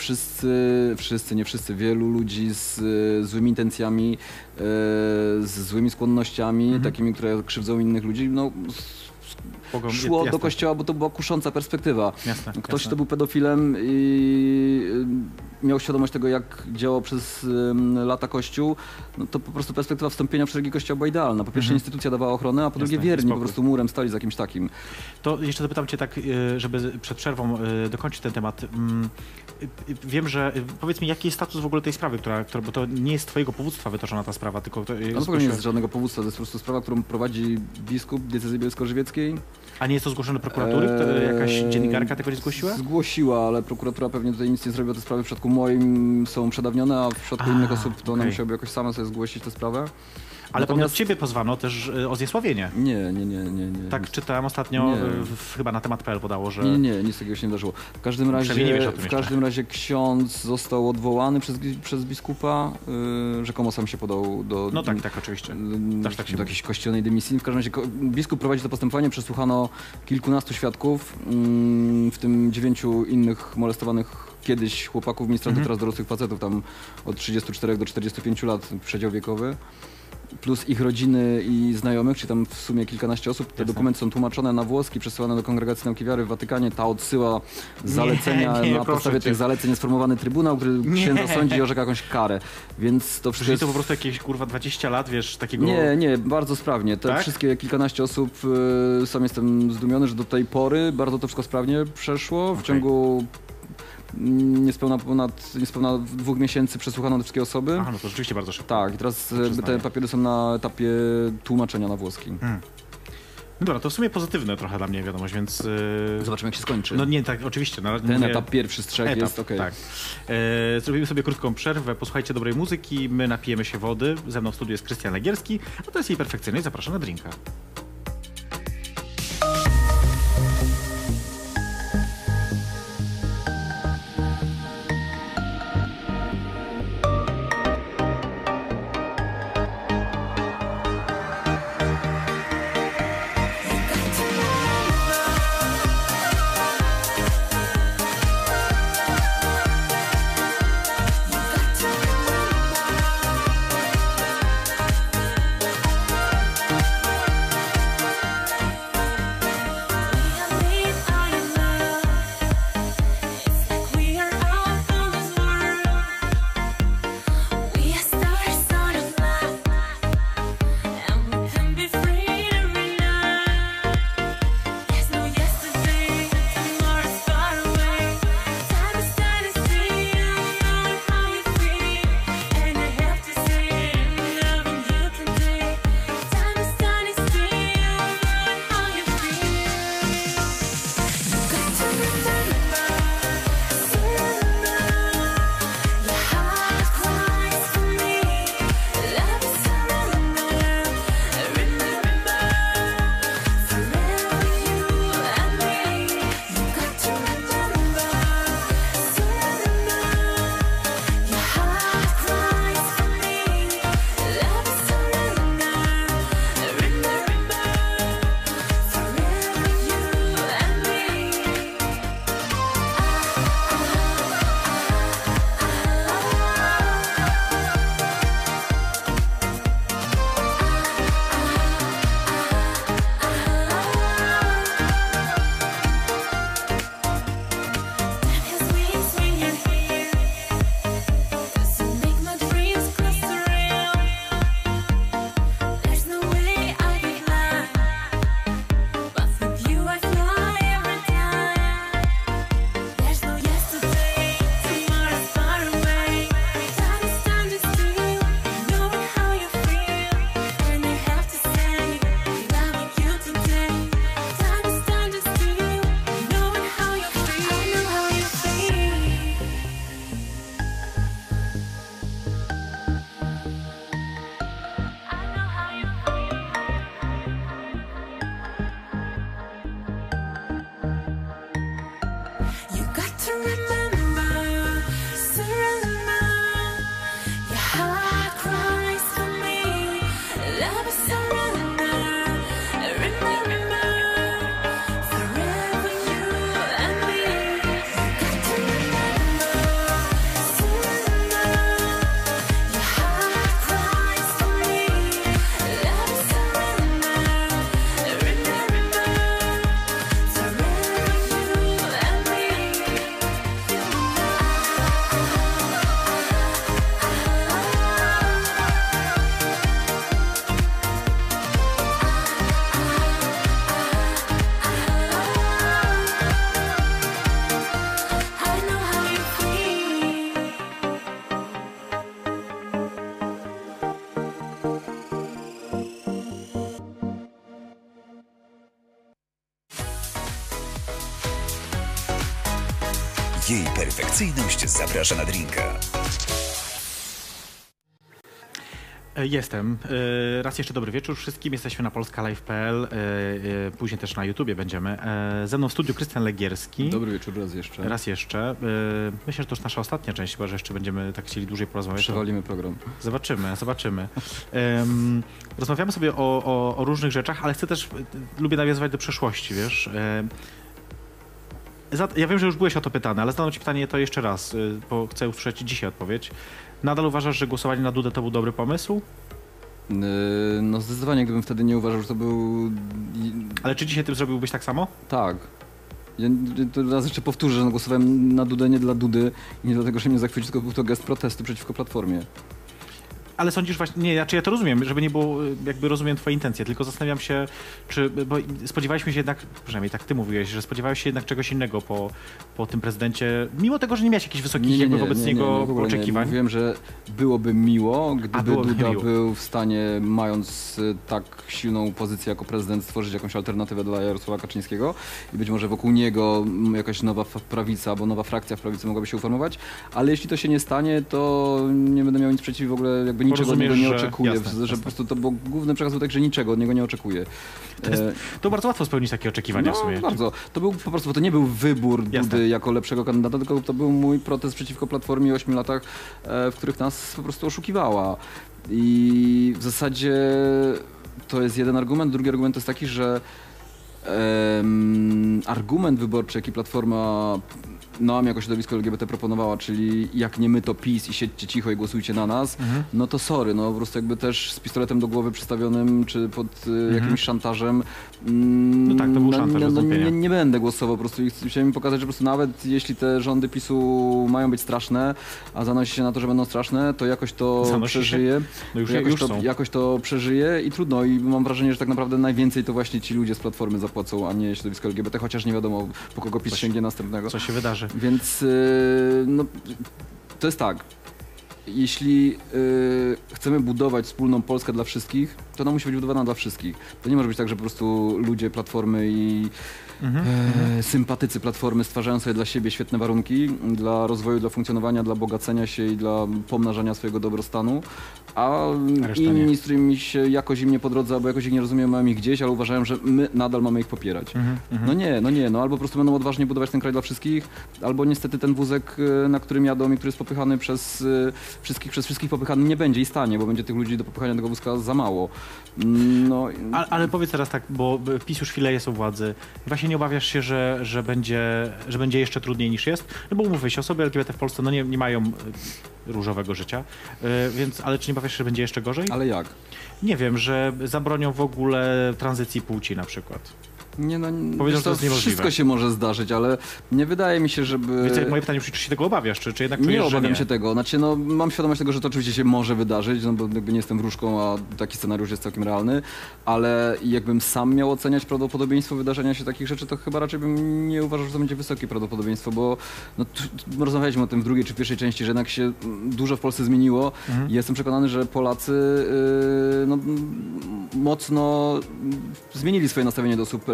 wielu ludzi z złymi intencjami, z złymi skłonnościami, takimi, które krzywdzą innych ludzi, szło do kościoła, bo to była kusząca perspektywa. Ktoś, kto był pedofilem i miał świadomość tego, jak działał przez lata Kościół, to po prostu perspektywa wstąpienia w szeregi Kościoła była idealna. Po pierwsze instytucja dawała ochronę, a po drugie wierni po prostu murem stali za kimś takim. To jeszcze zapytam cię tak, żeby przed przerwą dokończyć ten temat. Wiem, że powiedz mi, jaki jest status w ogóle tej sprawy, bo to nie jest twojego powództwa wytoczona ta sprawa, tylko to jest... nie jest żadnego powództwa, to jest po prostu sprawa, którą prowadzi biskup diecezji bielsko-żywieckiej. A nie jest to zgłoszone do prokuratury? Jakaś dziennikarka tego nie zgłosiła? Zgłosiła, ale prokuratura pewnie tutaj nic nie zrobiła. Te sprawy w przypadku moim są przedawnione, a w przypadku innych osób to one musiałyby jakoś same sobie zgłosić tę sprawę. Ale natomiast ciebie pozwano też o zniesławienie. Nie. Tak czytałem ostatnio, chyba na temat.pl podało, że... Nie, nic takiego się nie wydarzyło. W każdym razie ksiądz został odwołany przez biskupa, rzekomo sam się podał do... No tak, oczywiście. Do jakiejś kościelnej dymisji. W każdym razie biskup prowadzi to postępowanie, przesłuchano kilkunastu świadków, w tym 9 innych molestowanych kiedyś chłopaków ministrantów, teraz dorosłych facetów, tam od 34 do 45 lat, przedział wiekowy. Plus ich rodziny i znajomych, czyli tam w sumie kilkanaście osób. Te dokumenty są tłumaczone na włoski, przesyłane do Kongregacji Nauki Wiary w Watykanie. Ta odsyła zalecenia, na podstawie tych zaleceń jest formowany trybunał, który księdza sądzi i orzeka jakąś karę. Więc to wszystko to po prostu jakieś 20 lat, wiesz, takiego... Nie, bardzo sprawnie. Te wszystkie kilkanaście osób, sam jestem zdumiony, że do tej pory bardzo to wszystko sprawnie przeszło. W ciągu niespełna 2 miesięcy przesłuchano te wszystkie osoby. Aha, no to rzeczywiście bardzo szybko. Tak, i teraz te papiery są na etapie tłumaczenia na włoski. No dobra, to w sumie pozytywne trochę dla mnie wiadomość, więc... Zobaczymy, jak się skończy. No nie, tak, oczywiście. Ten etap pierwszy z 3 jest okej. Tak. Zrobimy sobie krótką przerwę, posłuchajcie dobrej muzyki, my napijemy się wody. Ze mną w studiu jest Krystian Legierski, a to jest jej perfekcyjność. Zapraszam na drinka. remember, surrender. Your heart cries for me. Love is surrender. Remember, forever you and me. Got to remember, surrender. Your heart cries for me. Love is surrender. Remember, forever you and me. I know how you feel. Jej perfekcyjność zaprasza na drinka. Jestem. Raz jeszcze dobry wieczór wszystkim. Jesteśmy na polskalive.pl. Później też na YouTubie będziemy. Ze mną w studiu Krystian Legierski. Dobry wieczór raz jeszcze. Raz jeszcze. Myślę, że to już nasza ostatnia część, chyba że jeszcze będziemy tak chcieli dłużej porozmawiać. Przewalimy program. Zobaczymy. Rozmawiamy sobie o różnych rzeczach, ale chcę też, lubię nawiązywać do przeszłości, wiesz. Ja wiem, że już byłeś o to pytany, ale zadam ci pytanie to jeszcze raz, bo chcę usłyszeć dzisiaj odpowiedź. Nadal uważasz, że głosowanie na Dudę to był dobry pomysł? No zdecydowanie, gdybym wtedy nie uważał, że to był... Ale czy dzisiaj tym zrobiłbyś tak samo? Tak. Ja to raz jeszcze powtórzę, że głosowałem na Dudę nie dla Dudy i nie dlatego, że mnie zachwycił, tylko był to gest protestu przeciwko Platformie. Ale sądzisz właśnie, nie, ja to rozumiem, żeby nie było, jakby rozumiem twoje intencje, tylko zastanawiam się, bo spodziewaliśmy się jednak, przynajmniej tak ty mówiłeś, że spodziewałeś się jednak czegoś innego po tym prezydencie, mimo tego, że nie miałeś jakichś wysokich wobec niego w ogóle oczekiwań. Nie. Mówiłem, że byłoby miło, gdyby Duda miło. był w stanie, mając tak silną pozycję jako prezydent, stworzyć jakąś alternatywę dla Jarosława Kaczyńskiego i być może wokół niego jakaś nowa prawica, albo nowa frakcja w prawicy mogłaby się uformować, ale jeśli to się nie stanie, to nie będę miał nic przeciw, w ogóle jakby niczego od niego nie oczekuję, że po prostu to, bo główny przekaz był tak, że niczego od niego nie oczekuję. To bardzo łatwo spełnić takie oczekiwania w sumie. Bardzo. To był po prostu, bo to nie był wybór Dudy jako lepszego kandydata, tylko to był mój protest przeciwko Platformie w 8 latach, w których nas po prostu oszukiwała. I w zasadzie to jest jeden argument. Drugi argument to jest taki, że argument wyborczy, jaki Platforma nam jako środowisko LGBT proponowała, czyli jak nie my, to PiS i siedźcie cicho i głosujcie na nas, no to sorry, no po prostu jakby też z pistoletem do głowy przystawionym, czy pod jakimś szantażem. No tak, to był szantaż nie będę głosował po prostu i chciałem mi pokazać, że po prostu nawet jeśli te rządy PiS-u mają być straszne, a zanosi się na to, że będą straszne, to jakoś to przeżyje. No jakoś to przeżyje i trudno. I mam wrażenie, że tak naprawdę najwięcej to właśnie ci ludzie z Platformy zapłacą, a nie środowisko LGBT, chociaż nie wiadomo, po kogo PiS sięgnie następnego. Co się wydarzy. Więc no, to jest tak. Jeśli chcemy budować wspólną Polskę dla wszystkich, to ona musi być budowana dla wszystkich. To nie może być tak, że po prostu ludzie Platformy i sympatycy Platformy stwarzają sobie dla siebie świetne warunki dla rozwoju, dla funkcjonowania, dla bogacenia się i dla pomnażania swojego dobrostanu, a inni, z którymi się jakoś im nie po drodze, albo jakoś ich nie rozumiem, mają ich gdzieś, ale uważają, że my nadal mamy ich popierać. No albo po prostu będą odważnie budować ten kraj dla wszystkich, albo niestety ten wózek, na którym jadą i który jest popychany przez wszystkich popychany nie będzie i stanie, bo będzie tych ludzi do popychania tego wózka za mało. No. Ale powiedz teraz tak, bo PiS już chwilę jest u władzy. Właśnie nie obawiasz się, że będzie jeszcze trudniej niż jest? No bo umówmy się, osoby LGBT w Polsce no nie mają różowego życia, więc, ale czy nie obawiasz się, że będzie jeszcze gorzej? Ale jak? Nie wiem, że zabronią w ogóle tranzycji płci na przykład. Nie, no, powiedzą, że to jest niemożliwe. Wszystko się może zdarzyć, ale nie wydaje mi się, żeby... Więc moje pytanie brzmi, czy się tego obawiasz, czy jednak czujesz, nie obawiam że nie? się tego. Znaczy, no, mam świadomość tego, że to oczywiście się może wydarzyć, no bo jakby nie jestem wróżką, a taki scenariusz jest całkiem realny, ale jakbym sam miał oceniać prawdopodobieństwo wydarzenia się takich rzeczy, to chyba raczej bym nie uważał, że to będzie wysokie prawdopodobieństwo, bo no, rozmawialiśmy o tym w drugiej czy w pierwszej części, że jednak się dużo w Polsce zmieniło i jestem przekonany, że Polacy no, mocno zmienili swoje nastawienie do osób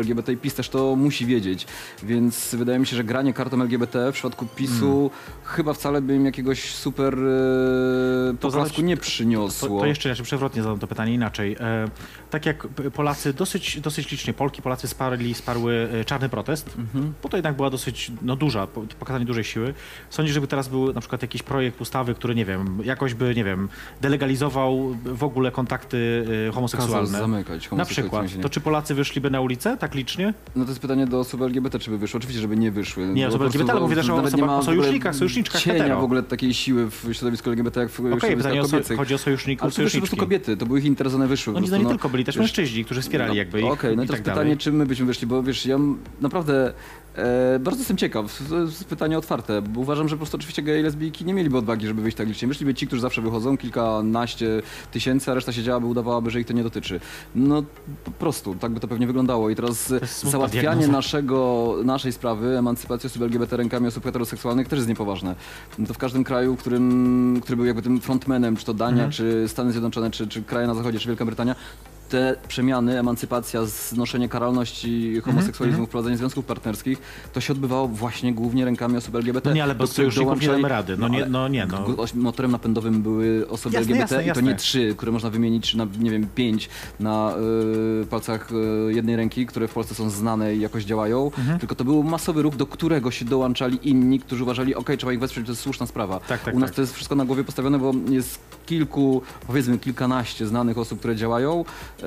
LGBT i PiS też to musi wiedzieć. Więc wydaje mi się, że granie kartą LGBT w przypadku PiS-u chyba wcale by im jakiegoś super poklasku nie przyniosło. To jeszcze przewrotnie zadam to pytanie inaczej. Tak jak Polacy, dosyć licznie Polacy sparły czarny protest, bo to jednak była dosyć duża, pokazanie dużej siły. Sądzisz, żeby teraz był na przykład jakiś projekt ustawy, który, nie wiem, jakoś by, nie wiem, delegalizował w ogóle kontakty homoseksualne? Kazał zamykać Na przykład. To czy Polacy wyszliby na ulicę tak licznie? No to jest pytanie do osób LGBT, czy by wyszły. Oczywiście, żeby nie wyszły. Nie, osoby LGBT, ale mówię też o sojuszniczkach cienia hetero. w ogóle takiej siły w środowisku LGBT, jak w Pytanie kobiecych. chodzi o sojuszników, Ale to były po prostu kobiety, to były ich interesy, one wyszły. No nie tylko byli też mężczyźni, którzy wspierali jakby ich Okej, no i teraz tak pytanie, czy my byśmy wyszli, bo wiesz, ja naprawdę bardzo jestem ciekaw, to jest pytanie otwarte, bo uważam, że po prostu oczywiście geje i lesbijki nie mieliby odwagi, żeby wyjść tak licznie. Wyszliby ci, którzy zawsze wychodzą, kilkanaście tysięcy, a reszta siedziałaby, udawałaby, że ich to nie dotyczy. No po prostu, tak by to pewnie wyglądało. I teraz załatwianie naszej sprawy, emancypacji osób LGBT rękami osób heteroseksualnych też jest niepoważne. No to w każdym kraju, który był jakby tym frontmanem, czy to Dania, czy Stany Zjednoczone, czy kraje na zachodzie, czy Wielka Brytania, te przemiany, emancypacja, znoszenie karalności homoseksualizmu, wprowadzenie związków partnerskich, to się odbywało właśnie głównie rękami osób LGBT. No nie, ale bez sojuszników nie damy rady. Motorem napędowym były osoby LGBT i to nie 3, które można wymienić, czy na, nie wiem, 5 na palcach jednej ręki, które w Polsce są znane i jakoś działają, tylko to był masowy ruch, do którego się dołączali inni, którzy uważali, trzeba ich wesprzeć, to jest słuszna sprawa. U nas to jest wszystko na głowie postawione, bo jest kilkanaście znanych osób, które działają,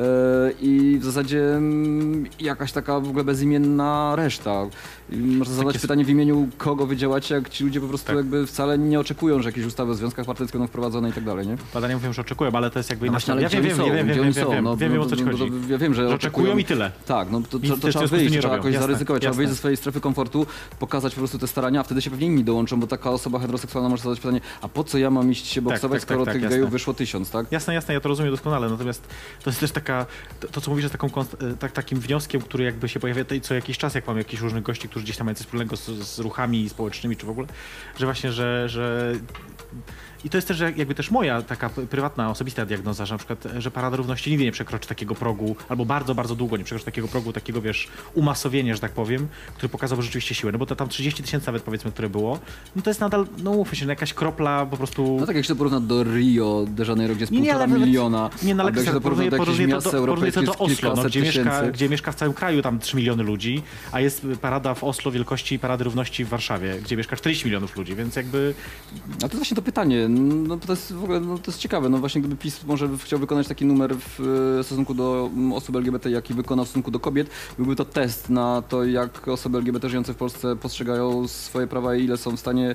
i w zasadzie jakaś taka w ogóle bezimienna reszta. I można zadać pytanie, w imieniu kogo wy działacie, jak ci ludzie po prostu jakby wcale nie oczekują, że jakieś ustawy o związkach partnerskich będą wprowadzone i tak dalej, nie? Badania mówią, że oczekują, ale to jest jakby inna sprawa. Ja wiem, o co ci chodzi. Ja wiem, że oczekują i tyle. Tak, no to trzeba wyjść, trzeba jakoś zaryzykować, trzeba wyjść ze swojej strefy komfortu, pokazać po prostu te starania, a wtedy się pewnie inni dołączą, bo taka osoba heteroseksualna może zadać pytanie, a po co ja mam iść się boksować, skoro tych gejów wyszło 1000, tak? Jasne, ja to rozumiem doskonale, natomiast to jest też to co mówisz, jest takim wnioskiem, który jakby się pojawia co jakiś czas, jak mam jakichś różnych gości, którzy gdzieś tam mają coś wspólnego z ruchami społecznymi, czy w ogóle, że właśnie, że i to jest też jakby też moja taka prywatna, osobista diagnoza, że na przykład, że Parada Równości nigdy nie przekroczy takiego progu, albo bardzo, bardzo długo nie przekroczy takiego progu, takiego, wiesz, umasowienia, że tak powiem, który pokazał rzeczywiście siłę. No bo to tam 30 000 nawet, powiedzmy, które było, no to jest nadal, no mówmy się, jakaś kropla po prostu... No tak jak się to porówna do Rio de Janeiro, gdzie jest 1,5 miliona, nie, no, ale jak się to porówna do jakichś miast europejskich do Oslo, no, gdzie mieszka w całym kraju tam 3 miliony ludzi, a jest parada w Oslo wielkości Parady Równości w Warszawie, gdzie mieszka 40 milionów ludzi, więc jakby... A to jest właśnie to pytanie, no to jest w ogóle, no to jest ciekawe, no właśnie gdyby PiS może chciał wykonać taki numer w stosunku do osób LGBT, jaki wykonał w stosunku do kobiet, byłby to test na to, jak osoby LGBT żyjące w Polsce postrzegają swoje prawa i ile są w stanie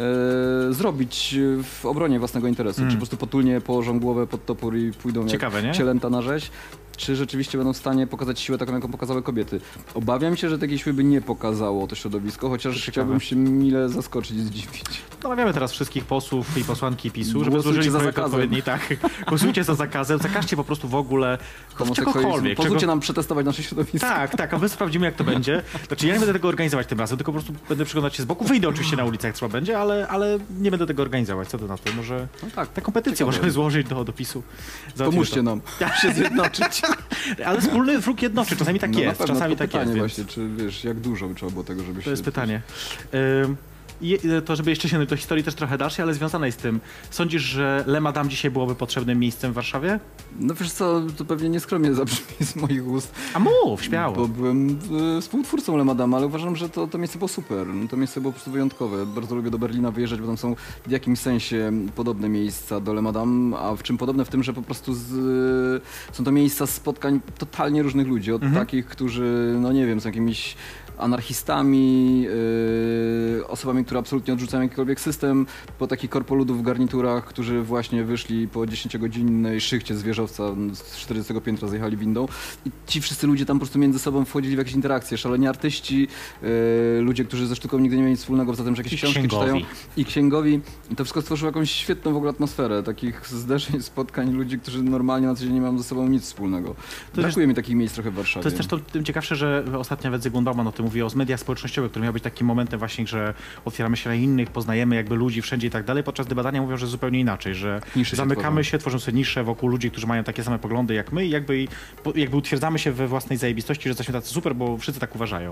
zrobić w obronie własnego interesu. Czy po prostu potulnie położą głowę pod topór i pójdą jak cielęta na rzeź, czy rzeczywiście będą w stanie pokazać siłę taką, jaką pokazały kobiety. Obawiam się, że takiej siły by nie pokazało to środowisko, chociaż chciałbym się mile zaskoczyć i zdziwić. Namawiamy teraz wszystkich posłów i posłanki PiS-u, żeby złożyli projekt odpowiedni. Tak, głosujcie za zakazem, zakażcie po prostu w ogóle czegokolwiek. Pozwólcie nam przetestować nasze środowisko. Tak, a my sprawdzimy, jak to będzie. Znaczy ja nie będę tego organizować tym razem, tylko po prostu będę przyglądać się z boku. Wyjdę oczywiście na ulicę, jak trzeba będzie, ale nie będę tego organizować. Co to na to? Może taką petycję możemy złożyć do PiS-u. Pomóżcie nam się zjednoczyć. Ale wspólny wróg jednoczy, czasami tak jest. Czasami tak jest. Właśnie, czy wiesz, jak dużo by trzeba było tego, żeby się... To jest pytanie. I to, żeby jeszcze się do historii też trochę dalszej, ale związanej z tym. Sądzisz, że Le Madame dzisiaj byłoby potrzebnym miejscem w Warszawie? No wiesz co, to pewnie nieskromnie zabrzmi z moich ust. A mów, śmiało. Bo byłem współtwórcą Le Madame, ale uważam, że to miejsce było super. To miejsce było po prostu wyjątkowe. Bardzo lubię do Berlina wyjeżdżać, bo tam są w jakimś sensie podobne miejsca do Le Madame, a w czym podobne? W tym, że po prostu są to miejsca spotkań totalnie różnych ludzi. Od takich, którzy, no nie wiem, są jakimiś anarchistami, osobami, które absolutnie odrzucają jakikolwiek system, po takich korpoludów w garniturach, którzy właśnie wyszli po 10-godzinnej szychcie z wieżowca z 40 piętra, zjechali windą i ci wszyscy ludzie tam po prostu między sobą wchodzili w jakieś interakcje, szaleni artyści, ludzie, którzy ze sztuką nigdy nie mieli nic wspólnego, poza tym, że jakieś książki czytają i księgowi. I to wszystko stworzyło jakąś świetną w ogóle atmosferę, takich zderzeń, spotkań ludzi, którzy normalnie na co dzień nie mają ze sobą nic wspólnego. Brakuje mi takich miejsc trochę w Warszawie. To jest też tym ciekawsze, że ostatnio nawet Zygmunt Bauman o tym mówię o mediach społecznościowych, które miały być takim momentem właśnie, że otwieramy się na innych, poznajemy jakby ludzi wszędzie i tak dalej, podczas gdy badania mówią, że zupełnie inaczej, że Nisze się zamykamy się, tworzymy sobie nisze wokół ludzi, którzy mają takie same poglądy jak my i jakby utwierdzamy się we własnej zajebistości, że jesteśmy tacy super, bo wszyscy tak uważają.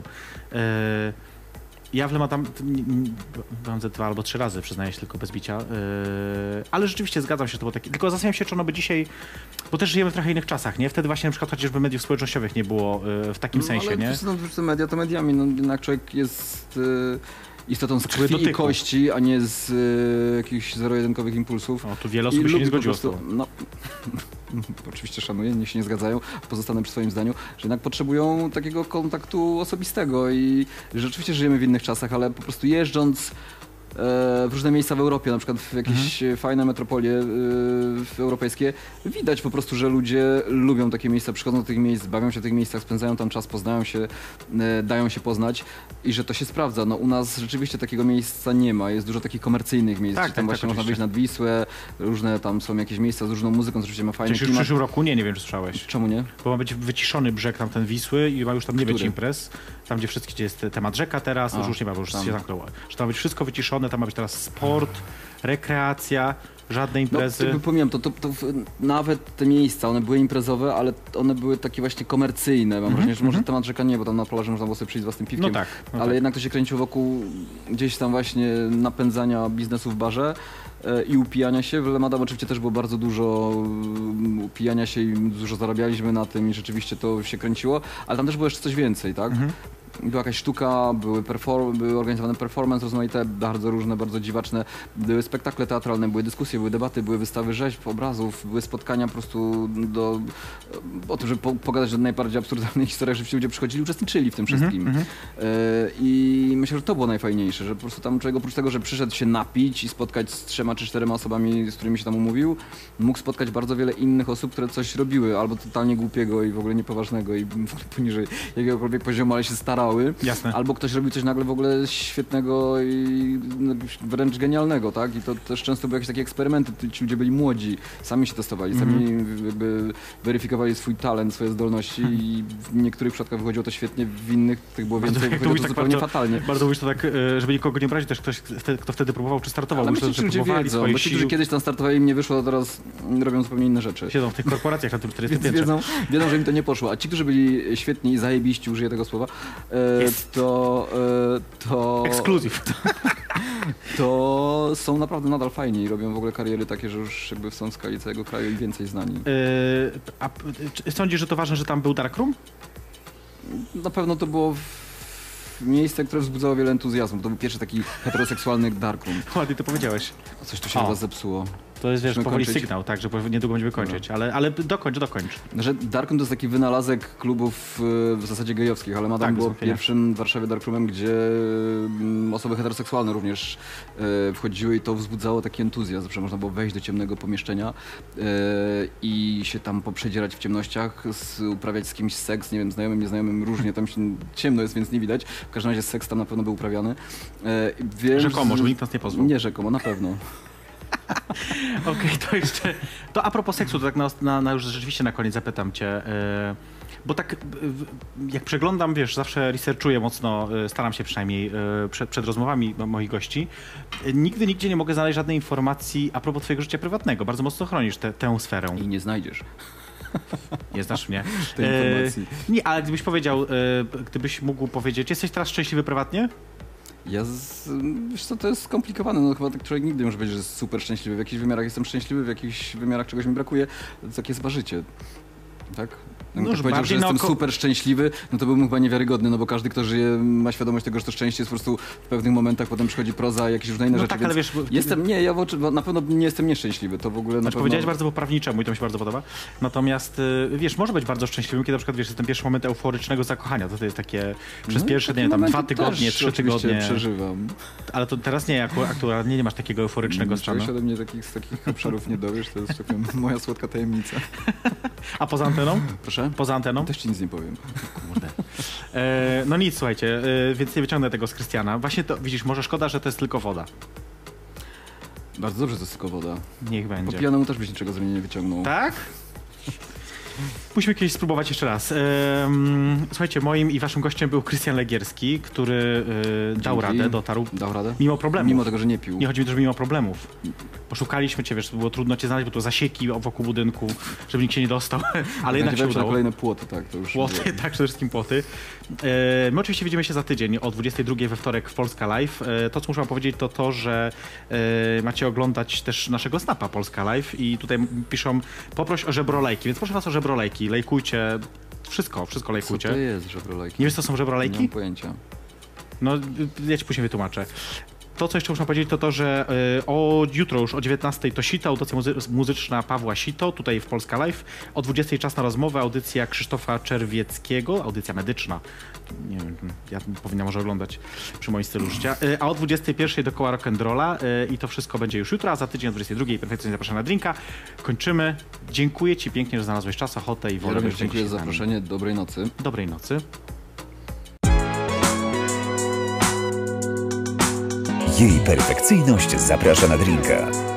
Ja w Lemma byłam ze 2 albo 3 razy, przyznaję się tylko bez bicia, ale rzeczywiście zgadzam się, że to było takie, tylko zastanawiam się, czy ono by dzisiaj, bo też żyjemy w trochę innych czasach, nie? Wtedy właśnie na przykład chociażby mediów społecznościowych nie było w takim sensie, ale nie? te media to mediami, no jednak człowiek jest istotą z krwi i dotyku. kości, a nie z jakichś zero-jedynkowych impulsów. O, tu wiele osób I by się lubi nie po zgodziło z prostu- tobą. No, oczywiście szanuję, niech się nie zgadzają, pozostanę przy swoim zdaniu, że jednak potrzebują takiego kontaktu osobistego i rzeczywiście żyjemy w innych czasach, ale po prostu jeżdżąc w różne miejsca w Europie, na przykład w jakieś fajne metropolie europejskie, widać po prostu, że ludzie lubią takie miejsca, przychodzą do tych miejsc, bawią się w tych miejscach, spędzają tam czas, poznają się, dają się poznać i że to się sprawdza. No u nas rzeczywiście takiego miejsca nie ma, jest dużo takich komercyjnych miejsc, Tak, gdzie tam tak, właśnie tak, można wyjść oczywiście. nad Wisłę, różne tam są jakieś miejsca z różną muzyką, oczywiście ma fajny Przecież już w klimat. przyszłym roku nie wiem, czy słyszałeś. Czemu nie? Bo ma być wyciszony brzeg tamten Wisły i ma już tam nie być Który? imprez. Tam, gdzie jest temat rzeka teraz, już nie ma, bo już tam. się zamknęło. Że tam ma być wszystko wyciszone, tam ma być teraz sport, rekreacja, żadne No, imprezy. to pomijam, nawet te miejsca, one były imprezowe, ale one były takie właśnie komercyjne. Mam wrażenie, że może temat rzeka nie, bo tam na plaży można było sobie przyjść z własnym piwkiem. No tak, no ale tak. jednak to się kręciło wokół gdzieś tam właśnie napędzania biznesu w barze i upijania się. W Lemadam oczywiście też było bardzo dużo upijania się i dużo zarabialiśmy na tym i rzeczywiście to się kręciło, ale tam też było jeszcze coś więcej, tak? Była jakaś sztuka, były organizowane performance rozmaite, bardzo różne, bardzo dziwaczne, były spektakle teatralne, były dyskusje, były debaty, były wystawy rzeźb, obrazów, były spotkania po prostu o tym, żeby pogadać o najbardziej absurdalnych historiach, żebyście ludzie przychodzili, uczestniczyli w tym wszystkim. I myślę, że to było najfajniejsze, że po prostu tam człowiek oprócz tego, że przyszedł się napić i spotkać z 3 czy 4 osobami, z którymi się tam umówił, mógł spotkać bardzo wiele innych osób, które coś robiły, albo totalnie głupiego i w ogóle niepoważnego i w ogóle poniżej jakiegokolwiek poziomu, ale się starały. Jasne. Albo ktoś robił coś nagle w ogóle świetnego i wręcz genialnego, tak? I to też często były jakieś takie eksperymenty, ci ludzie byli młodzi, sami się testowali, sami jakby weryfikowali swój talent, swoje zdolności i w niektórych przypadkach wychodziło to świetnie, w innych tych było więcej, Jak to wychodziło mówisz to tak zupełnie bardzo, fatalnie. bardzo mówisz to tak, żeby nikogo nie obrazić, też ktoś, kto wtedy próbował czy startował. Ale Myślę, myślę, że że ludzie próbowali wiedzą, swoich bo ci, którzy sił, kiedyś tam startowali im nie wyszło, to teraz robią zupełnie inne rzeczy. siedzą w tych korporacjach na tym 40 Więc wiedzą, że im to nie poszło. A ci, którzy byli świetni i zajebiści, użyję tego słowa, to Ekskluzyw. to są naprawdę nadal fajni i robią w ogóle kariery takie, że już jakby są w skali całego kraju i więcej znani. Czy sądzisz, że to ważne, że tam był Darkroom? Na pewno to było miejsce, które wzbudzało wiele entuzjazmu. To był pierwszy taki heteroseksualny darkroom. Ładnie to powiedziałeś. Coś tu się O. chyba zepsuło. To jest, wiesz, Musimy powoli kończyć? sygnał, tak, że niedługo będziemy kończyć. Ale dokończ. Że Darkroom to jest taki wynalazek klubów w zasadzie gejowskich, ale Madame Tak, było wystąpienia. pierwszym w Warszawie Darkroomem, gdzie osoby heteroseksualne również wchodziły i to wzbudzało taki entuzjazm, że można było wejść do ciemnego pomieszczenia i się tam poprzedzierać w ciemnościach, uprawiać z kimś seks, nie wiem, znajomym, nieznajomym, różnie, tam się ciemno jest, więc nie widać. W każdym razie seks tam na pewno był uprawiany. Wiem, Rzekomo, żeby nikt nas nie pozwał. Nie rzekomo, na pewno. Okej, to jeszcze... To a propos seksu, to tak na już rzeczywiście na koniec zapytam cię. Bo tak jak przeglądam, wiesz, zawsze researchuję mocno, staram się przynajmniej przed rozmowami moich gości. Nigdy nigdzie nie mogę znaleźć żadnej informacji a propos twojego życia prywatnego. Bardzo mocno chronisz tę sferę. I nie znajdziesz. Nie znasz mnie. Tej informacji. Nie, ale gdybyś powiedział, gdybyś mógł powiedzieć, jesteś teraz szczęśliwy prywatnie? Wiesz co, to jest skomplikowane, no chyba tak człowiek nigdy nie może powiedzieć, że jest super szczęśliwy. W jakichś wymiarach jestem szczęśliwy, w jakichś wymiarach czegoś mi brakuje. To takie jest chyba życie. Tak? No już powiedział, że bardziej jestem naoko- super szczęśliwy, no to byłbym chyba niewiarygodny, no bo każdy, kto żyje, ma świadomość tego, że to szczęście jest po prostu w pewnych momentach, potem przychodzi proza i jakieś różne inne No rzeczy, tak, ale więc wiesz, ja na pewno nie jestem nieszczęśliwy, to w ogóle na Znaczy pewno... powiedziałeś bardzo po prawniczemu i to mi się bardzo podoba. Natomiast wiesz, może być bardzo szczęśliwym, kiedy na przykład wiesz, jest ten pierwszy moment euforycznego zakochania. To jest takie przez pierwsze, nie wiem, tam 2 tygodnie, 3 tygodnie. Przeżywam. Ale to teraz nie, aktualnie nie masz takiego euforycznego stanu. Czegoś ode mnie z takich obszarów nie dowiesz, to jest taka moja słodka tajemnica. A poza anteną? Proszę? Poza anteną? Też ci nic nie powiem. Kurde. No nic, słuchajcie, więc nie wyciągnę tego z Krystiana. Właśnie to, widzisz, może szkoda, że to jest tylko woda. Bardzo dobrze, to jest tylko woda. Niech Po będzie. pijanemu też byś niczego ze mnie nie wyciągnął. Tak? Musimy kiedyś spróbować jeszcze raz. Słuchajcie, moim i waszym gościem był Krystian Legierski, który dał Dzięki. radę, dotarł. Dał radę? Mimo problemów. Mimo tego, że nie pił. Nie chodzi mi też mimo problemów. Poszukaliśmy cię, wiesz, było trudno cię znaleźć, bo to zasieki wokół budynku, żeby nikt się nie dostał, ale jednak się Nadziewałem się na udało. kolejne płoty, tak, to już Płoty, było. tak, przede wszystkim płoty. My oczywiście widzimy się za tydzień o 22 we wtorek w Polska Live. To, co muszę wam powiedzieć, to to, że macie oglądać też naszego snapa Polska Live i tutaj piszą, poproś o żebrolejki, więc proszę was o żebrolejki, lejkujcie, wszystko Co lejkujcie. to jest żebrolejki? Nie wiesz, co są Nie żebrolejki? mam pojęcia. No, ja ci później wytłumaczę. To, co jeszcze muszę powiedzieć, to to, że jutro już o 19:00 to Sito, audycja muzyczna Pawła Sito, tutaj w Polska Live. O 20:00 czas na rozmowę, audycja Krzysztofa Czerwieckiego, audycja medyczna. Nie wiem, ja powinnam może oglądać przy moim stylu życia. A o 21:00 dookoła rock'n'rolla i to wszystko będzie już jutro, a za tydzień o 22:00 perfekcyjnie zapraszam na drinka. Kończymy. Dziękuję ci pięknie, że znalazłeś czas, ochotę i Ja wolę. również być dziękuję dzisiaj za z nami. zaproszenie. Dobrej nocy. Dobrej nocy. Jej perfekcyjność zaprasza na drinka.